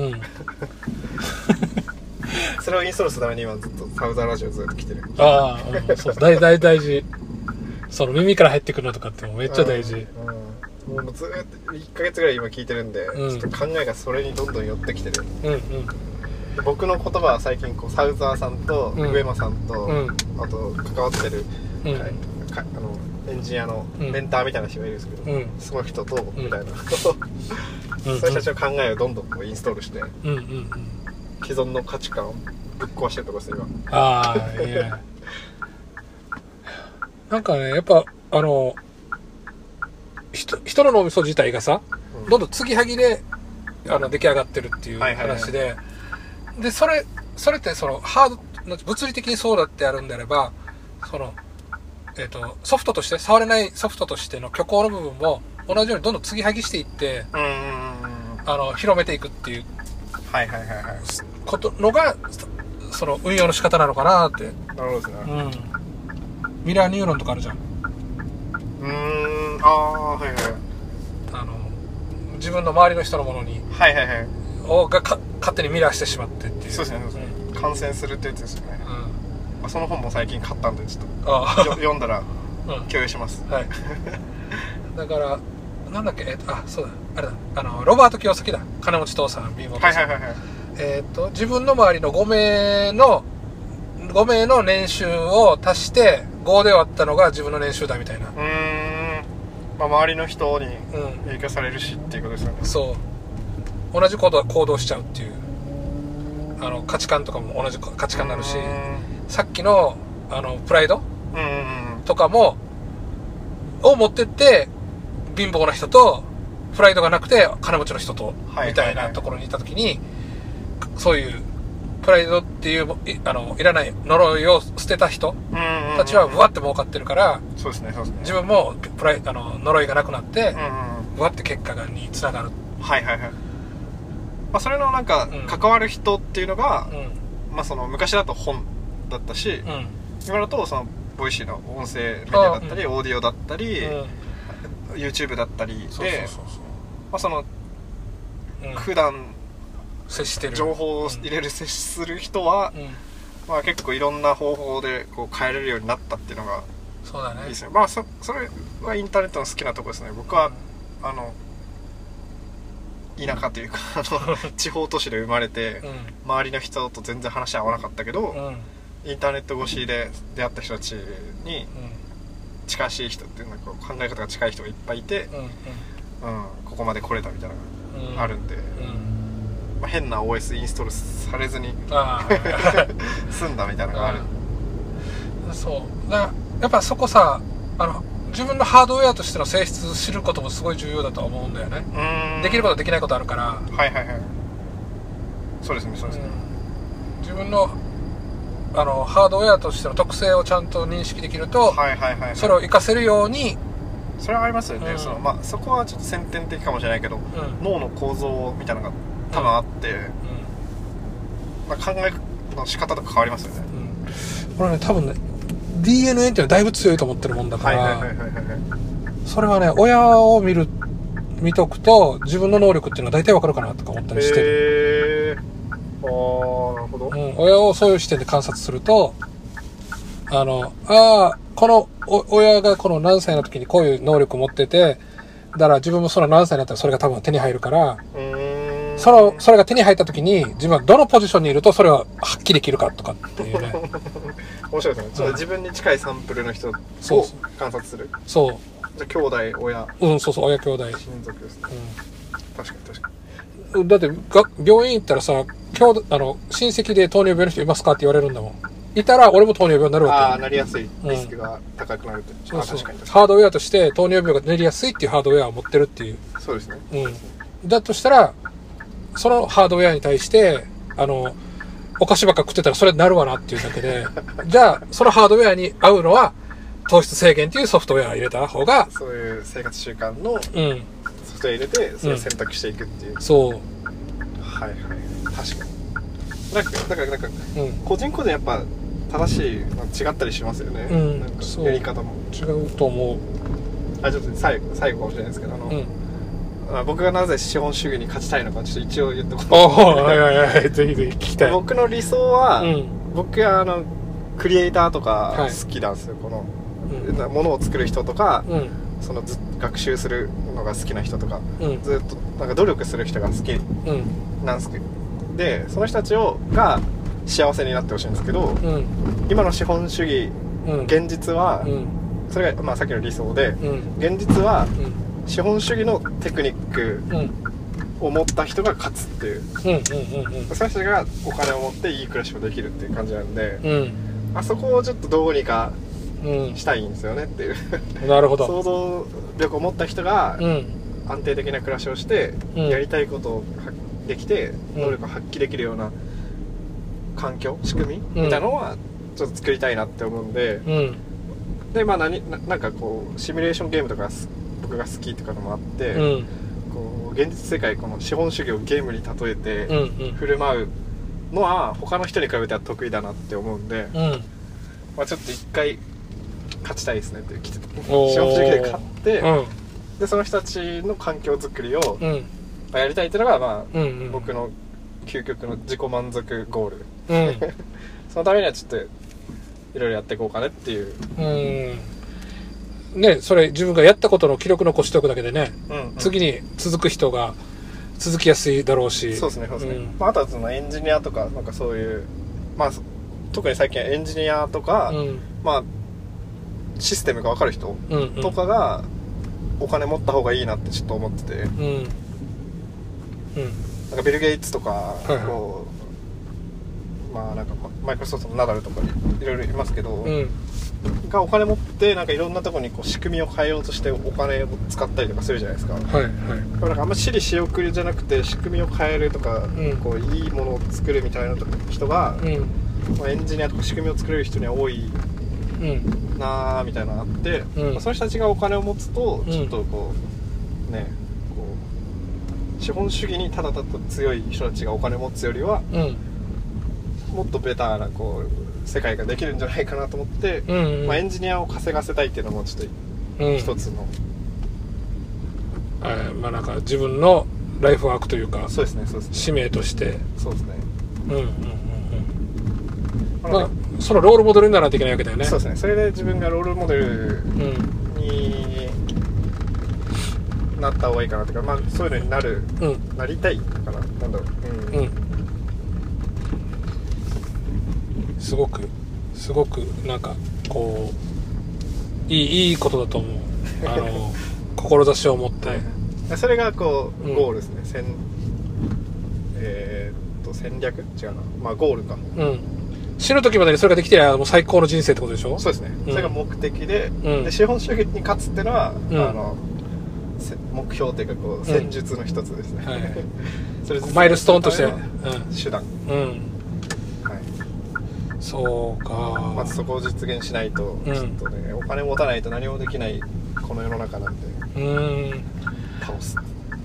それをインストールするために今ずっとサウザーラジオずっと来てる。 ああ、うん、そう大大大事その耳から入ってくるのとかってもめっちゃ大事、うんうん、もうずっといっかげつぐらい今聞いてるんで、うん、ちょっと考えがそれにどんどん寄ってきてる、うんうん、僕の言葉は最近こうサウザーさんと上間さんと、うん、あと関わってる、うんはいあのエンジニアのメンターみたいな人がいるんですけど、うん、その人とみたいな、うん、そういう人たちの考えをどんどんこうインストールして、うんうんうん、既存の価値観をぶっ壊してるところです今。ああいやなんかねやっぱあの 人, 人の脳みそ自体がさ、うん、どんどん継ぎはぎであの出来上がってるっていう話で、はいはいはい、でそれそれってそのハード物理的にそうだってあるんであればそのえー、とソフトとして触れないソフトとしての虚構の部分も同じようにどんどん継ぎはぎしていってうんうん、うん、あの広めていくっていうはいはいはいはいことのがその運用の仕方なのかなって。 なるほどですね、うん、 ミラーニューロンとかあるじゃん。 うーんああはいはいあの自分の周りの人のものにはいはいはいをがか勝手にミラーしてしまってっていう。 そうですねそうですね、うん、感染するってやつですよね、うん、その本も最近買ったんでちょっとあ読んだら共有します、うん、はいだからなんだっけえっとあそうだあれだあのロバート清崎だ金持ち父さん貧乏父さん、はいはいはいはい、えっと自分の周りのごめいのごめいの年収を足してごで割ったのが自分の年収だみたいな。うーん、 まあ、周りの人に影響されるしっていうことですよね、 うん、そう同じ行動行動しちゃうっていうあの価値観とかも同じ価値観になるしさっきのあのプライドとかもを持ってって貧乏な人とプライドがなくて金持ちの人とみたいなところにいた時に、そういうプライドっていういあのいらない呪いを捨てた人たちはブワって儲かってるから、 そうですね、そうですね。 自分もプライあの呪いがなくなってブワって結果がにつながる。 はいはいはい。まあ、それのなんか関わる人っていうのが、うん、まあその昔だと本だったし、うん、今だとそのボイシーの音声メディアだったり、うん、オーディオだったり、うん、YouTube だったりで、まあその、うん、普段接してる情報を入れる、うん、接する人は、うん、まあ結構いろんな方法でこう変えれるようになったっていうのがそうだね。 いいですね。まあ そ, それはインターネットの好きなところですね。僕は、うん、あの田舎というかあの地方都市で生まれて、うん、周りの人と全然話合わなかったけど、うん、インターネット越しで出会った人たちに近しい人っていうのはこう考え方が近い人がいっぱいいて、うんうんうん、ここまで来れたみたいなのがあるんで、うんまあ、変な オーエス インストールされずに済んだみたいなのがある。 そうだやっぱそこさあの自分のハードウェアとしての性質を知ることもすごい重要だとは思うんだよね。うんできることできないことあるから。 はいはいはい。そうですねそうですね。 うん、自分のあのハードウェアとしての特性をちゃんと認識できると、はいはいはいはい、それを活かせるように。 それはありますよね。うん、そのまあそこはちょっと先天的かもしれないけど、うん、脳の構造みたいなのが多分あって、うんうんまあ、考えの仕方とか変わりますよね。 うん、これね多分ね。ディーエヌエー っていうのはだいぶ強いと思ってるもんだから、それはね親を見る見とくと自分の能力っていうのは大体わかるかなとか思ったりしてる。へー、あーなるほど、 うん、親をそういう視点で観察するとあのああこの親がこの何歳の時にこういう能力を持っててだから自分もその何歳になったらそれが多分手に入るからうーんそのそれが手に入った時に自分はどのポジションにいるとそれは発揮できるかとかっていうね面白いですね。ちょっと自分に近いサンプルの人を観察する。 そう。 じゃあ兄弟親。 うんそうそう親兄弟。親族ですね。うん、確かに確かに。だってが病院行ったらさ兄弟あの親戚で糖尿病の人いますかって言われるんだもん。いたら俺も糖尿病になるわけ。 ああなりやすいリスクが高くなるって。うん、 そうそう確かに確かに。ハードウェアとして糖尿病がなりやすいっていうハードウェアを持ってるっていう。 そうですね。 うん。だとしたらそのハードウェアに対してあの。お菓子ばっか食ってたらそれになるわなっていうだけでじゃあそのハードウェアに合うのは糖質制限っていうソフトウェアを入れた方がそういう生活習慣のソフトウェア入れてそれを選択していくっていう、うん、 そうはいはい確かになんかだからなんか、うん、個人個人やっぱ正しいの違ったりしますよね、うん、なんかやり方も違うと思う。 あちょっと最後最後かもしれないですけどあの、うん僕がなぜ資本主義に勝ちたいのかちょっと一応言っておこう。 はいはいはいぜひぜひ聞きたい。 僕の理想は、うん、僕はあのクリエイターとか好きなんですよ、はい、この、うん、ものを作る人とか、うん、そのず学習するのが好きな人とか、うん、ずっとなんか努力する人が好きなんですけど、うん、でその人たちをが幸せになってほしいんですけど、うん、今の資本主義、うん、現実は、うん、それが、まあ、さっきの理想で、うん、現実は、うん資本主義のテクニックを持った人が勝つっていう、うんうんうんうん、その人がお金を持っていい暮らしをできるっていう感じなんで、うん、あそこをちょっとどうにかしたいんですよねっていう、 うん、なるほど想像力を持った人が安定的な暮らしをして、うん、やりたいことをできて能力を発揮できるような環境仕組みみたいなのはちょっと作りたいなって思うんで、うん、でまあ何な、なんかこうシミュレーションゲームとか僕が好きとかのもあって、うん、こう現実世界この資本主義をゲームに例えて振る舞うのは他の人に比べては得意だなって思うんで、うんまあ、ちょっと一回勝ちたいですねって資本主義で勝って、うん、でその人たちの環境づくりを、うんまあ、やりたいっていうのが、まあうんうん、僕の究極の自己満足ゴール、うん、そのためにはちょっといろいろやっていこうかねっていう、うんね、それ自分がやったことの記録残しておくだけでね、うんうん、次に続く人が続きやすいだろうしそうですねそうですね、うんまあ、あとはそのエンジニアとかなんかそういう、まあ、特に最近はエンジニアとか、うんまあ、システムが分かる人とかがお金持った方がいいなってちょっと思ってて、うんうん、なんかビル・ゲイツとか、はいはい、こうまあなんかマイクロソフトのナダルとかいろいろいますけど、うん、がお金持ってなんかいろんなところにこう仕組みを変えようとしてお金を使ったりとかするじゃないですか。はいはい。だからあんま私利私欲じゃなくて仕組みを変えるとか、うん、こういいものを作るみたいな人が、うんまあ、エンジニアとか仕組みを作れる人には多いなーみたいなのがあって、うんまあ、その人たちがお金を持つとちょっとこう、うん、ねこう資本主義にただただ強い人たちがお金を持つよりは、うんもっとベターなこう世界ができるんじゃないかなと思って、うんうんまあ、エンジニアを稼がせたいっていうのもちょっと一つの、 うんまあ、なんか自分のライフワークというかそうですねそうですね使命としてそうですねうんうんうんうんまあそのロールモデルにならないといけないわけだよね。 そうですねそれで自分がロールモデルになった方がいいかなというか、まあ、そういうのになる、うん、なりたいかななんだろううん、うんすごくすごくなんかこういいいいことだと思うあの志を持って、はい、 それがこう、うん、ゴールですね戦えー、っと戦略違うなまあゴールか、 うん、死ぬ時までにそれができてりゃもう最高の人生ってことでしょ。 そうですね、うん、それが目的で、うん、で資本主義に勝つっていうのは、うん、あの目標っていうかこう戦術の一つですね、うんはい、 それマイルストーンとして、うん、 手段うんそうかまずそこを実現しないと、うん、ちょっとねお金持たないと何もできないこの世の中なんでうん倒す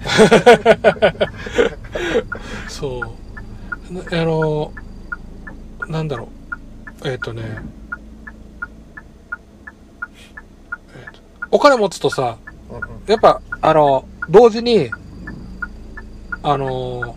そうあのなんだろうえっ、ー、とね、えーと、お金持つとさ、うんうん、やっぱあの同時にあの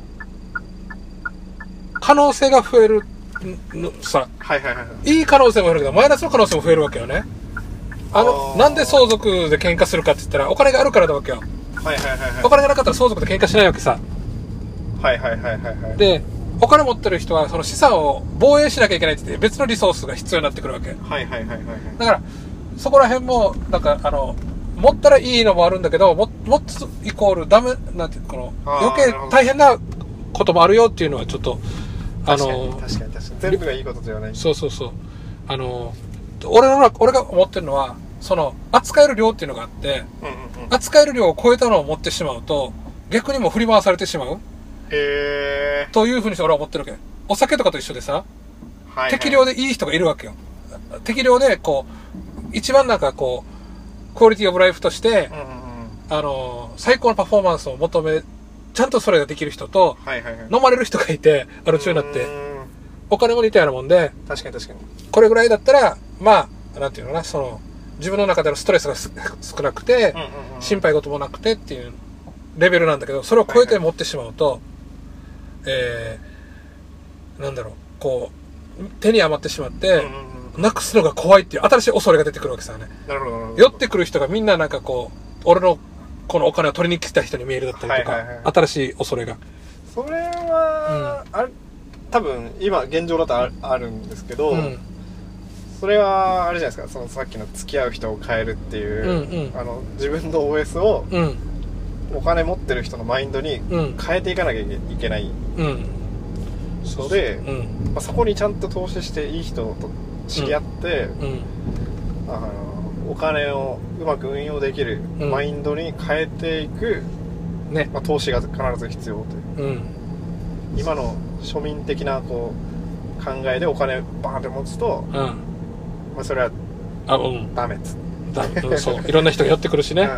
可能性が増えるさ、 はいはいはい、 いい可能性もあるけどマイナスの可能性も増えるわけよね。あのなんで相続で喧嘩するかって言ったらお金があるからだわけよ。はいはいはいはい、お金がなかったら相続で喧嘩しないわけさ。 はいはいはいはいはい。 でお金持ってる人はその資産を防衛しなきゃいけないって言って別のリソースが必要になってくるわけ。はいはいはいはい。だからそこら辺もなんかあの持ったらいいのもあるんだけども持つイコールダメなんていうこの余計大変なこともあるよっていうのはちょっとあの確かに確かに確かに全部がいいことではない。 そうそうそうあの俺の俺が思ってるのはその扱える量っていうのがあって、うんうんうん、扱える量を超えたのを持ってしまうと逆にも振り回されてしまうへというふうにして俺は思ってるわけ。お酒とかと一緒でさ、はいはい、適量でいい人がいるわけよ。適量でこう一番なんかこうクオリティオブライフとして、うんうんうん、あの最高のパフォーマンスを求めちゃんとそれができる人と、はいはいはい、飲まれる人がいてアル中になってお金も似たようなもんで確かに確かにこれぐらいだったらまあなんていうのかなその自分の中でのストレスが少なくて、うんうんうん、心配事もなくてっていうレベルなんだけどそれを超えて持ってしまうと、はいはいえー、なんだろうこう手に余ってしまって、うんうんうん、なくすのが怖いっていう新しい恐れが出てくるわけさね。なるほどなるほど。寄ってくる人がみんななんかこう俺のこのお金を取りに来た人に見えるだったりとか、はいはいはい、新しい恐れがそれは、うん、あれ多分今現状だと あ, あるんですけど、うん、それはあれじゃないですかそのさっきの付き合う人を変えるっていう、うんうん、あの自分の オーエス を、うんお金持ってる人のマインドに変えていかなきゃいけないので、うんうんまあ、そこにちゃんと投資していい人と知り合って、うんうん、あのお金をうまく運用できるマインドに変えていく、うんねまあ、投資が必ず必要という、うん、今の庶民的なこう考えでお金バーンって持つと、うんまあ、それはあ、うん、ダメっつだ、うん、そういろんな人が寄ってくるしね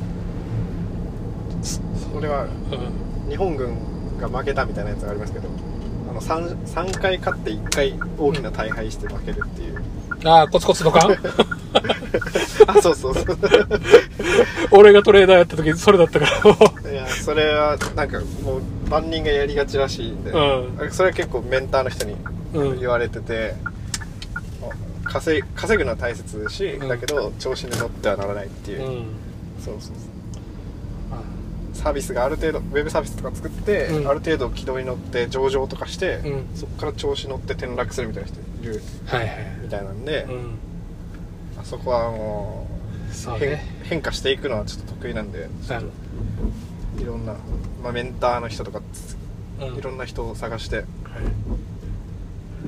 それは、うん、日本軍が負けたみたいなやつがありますけどあの 3, さんかい勝っていっかい大きな大敗して負けるっていう、 うん、ああコツコツとかあそうそうそう俺がトレーダーやった時それだったからいやそれはなんかもう万人がやりがちらしいんで、うん、それは結構メンターの人に言われてて、うん、稼, 稼ぐのは大切だし、うん、だけど調子に乗ってはならないっていう、うん、そうそうそうサービスがある程度ウェブサービスとか作って、うん、ある程度軌道に乗って上場とかして、うん、そこから調子乗って転落するみたいな人いる、はいはい、みたいなんで、うん、あそこはもうそう、ね、変, 変化していくのはちょっと得意なんでちょっといろんな、まあ、メンターの人とか、うん、いろんな人を探して、はい、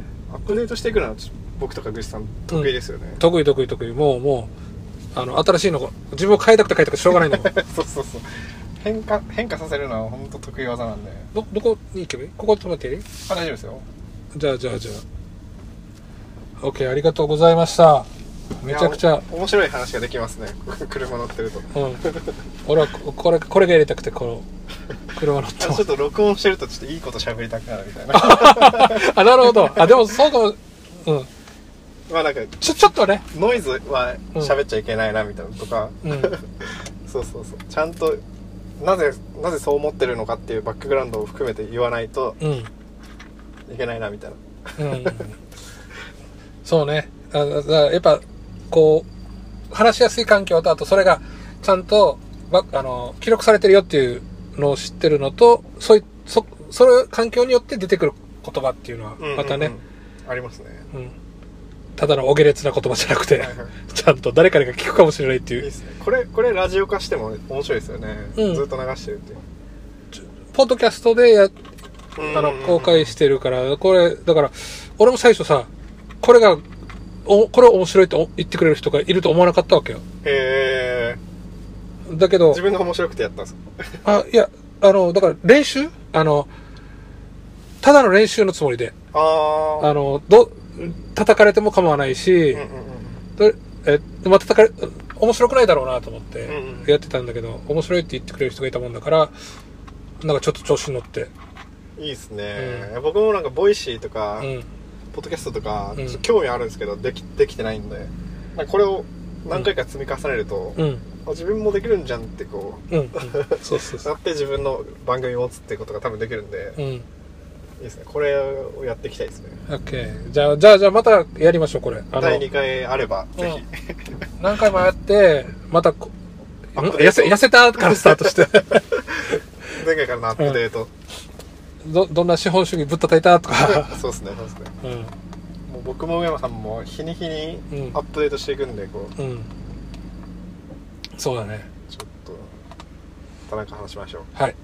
ップデートしていくのは僕とかグシさん得意ですよね、 うん、得意得意得意もうもうあの新しいの自分を変えたくて変えたくてしょうがないんだもんそうそうそう変化変化させるのは本当得意技なんで。 どどこに行けばいい？ここ止めていい？ あ、大丈夫ですよ。 じゃあじゃあじゃあ OK ありがとうございました。めちゃくちゃ面白い話ができますね車乗ってると、うん、 俺はこれこれがやりたくてこの車乗ってちょっと録音してるとちょっといいこと喋りたくなるみたいなあ、なるほど。あ、でもそうかも。うんまあなんかちょちょっとねノイズは喋っちゃいけないなみたいなのとか、うん、そうそうそうちゃんとなぜなぜそう思ってるのかっていうバックグラウンドを含めて言わないといけないなみたいな、うん、 そうね。あだからやっぱこう話しやすい環境とあとそれがちゃんとあの記録されてるよっていうのを知ってるのとそういそその環境によって出てくる言葉っていうのはまたね、うんうんうん、ありますね、うん、 ただのお下劣な言葉じゃなくて、はいはい、ちゃんと誰かが聞くかもしれないっていう。いいですね。これこれラジオ化しても面白いですよね、うん、ずっと流してるっていうポッドキャストでやあの公開してるからこれだから俺も最初さこれがおこれ面白いと言ってくれる人がいると思わなかったわけよ。 へえ。だけど自分が面白くてやったんですか？あいやあのだから練習あのただの練習のつもりでああのど叩かれても構わないし、うんうんうん、えまあ叩かれ面白くないだろうなと思ってやってたんだけど、うんうん、面白いって言ってくれる人がいたもんだからなんかちょっと調子に乗っていいですね、うん、僕もなんかボイシーとか、うんポッドキャストとかちょっと興味あるんですけど、うん、できできてないんでこれを何回か積み重ねると、うん、自分もできるんじゃんってこう、うんうん、そうそうそうなって自分の番組持つってことが多分できるんで、うん、いいですね。これをやっていきたいですね。 OK じゃあじゃあじゃあまたやりましょうこれあのだいにかいあればぜひ、 うん、何回もやってまた痩せ痩せたからスタートして前回からのアップデート、うんど, どんな資本主義ぶったたいたとかそうですねそうですね、うん、もう僕も上山さんも日に日にアップデートしていくんでこう、うん、 そうだね。 ちょっと田中話しましょう。 はい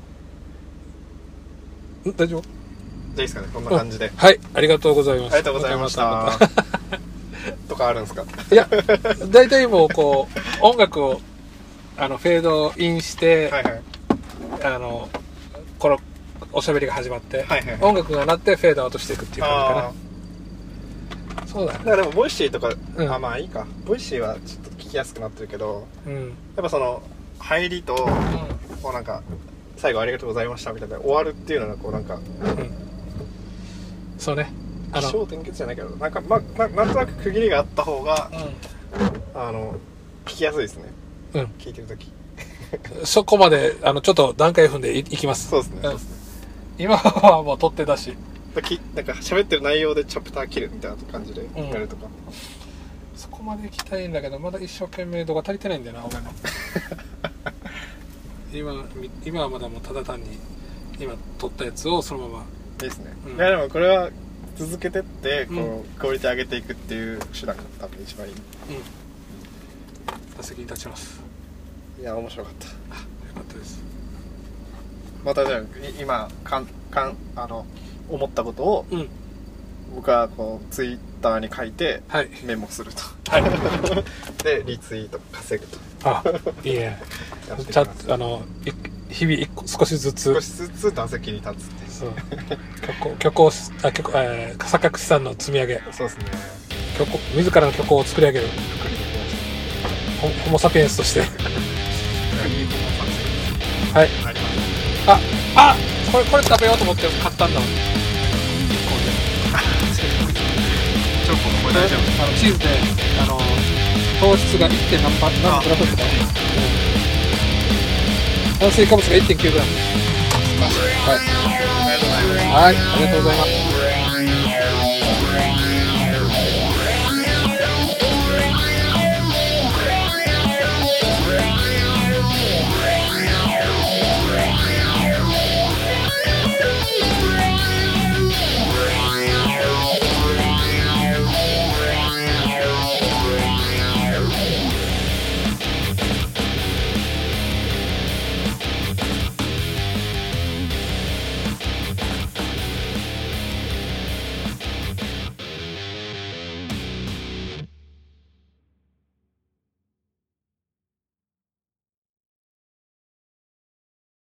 大丈夫？じゃあいいですかねこんな感じで、 うん、はいありがとうございました。 ありがとうございましたとかあるんですか？ いや大体もうこう音楽をあのフェードインして、はいはい、あのこのおしゃべりが始まって、はいはいはい、音楽が鳴ってフェードアウトしていくっていう感じかな。そうだね。だからでもボイシーとか、うん、あまあいいかボイシーはちょっと聞きやすくなってるけど、うん、やっぱその入りと、うん、こうなんか最後ありがとうございましたみたいな終わるっていうのがこうなんか、うん、 そうね起承転結じゃないけどなんか、ま、な, なんとなく区切りがあった方が、うん、あの聞きやすいですね、うん、聞いてるときそこまであのちょっと段階踏んで い, いきます。 そうですね、うん、そうですね。 今はもう取って出しなんか喋ってる内容でチャプター切るみたいな感じでやるとか、 うん、そこまで行きたいんだけどまだ一生懸命度が足りてないんだよな俺の今, 今はまだもうただ単に今取ったやつをそのままいいですね、うん、いやでもこれは続けてってこう、うん、クオリティ上げていくっていう手段が多分一番いい、うん、 打席に立ちます。 いや面白かった。 あ、よかったです。 またじゃあ今かんかんあの思ったことを、うん、僕はこうツイッターに書いて、はい、メモすると、はい、でリツイート稼ぐと。 あ、いいね。ちゃんとあの日々一個少しずつ少しずつ打席に立つって。 そう虚構虚構あ虚構えー、笠隠さんの積み上げ。 そうですね。 虚構自らの虚構を作り上げる。ホ, ホモサピエンスとして。はい。あ、あ、これこれ食べようと思って買ったんだもん。 チョコこれ大丈夫？ あのチーズであの糖質が いってん 何パ何グラムとかね。炭水化物が いってんきゅうグラム。はい。はい、ありがとうございます。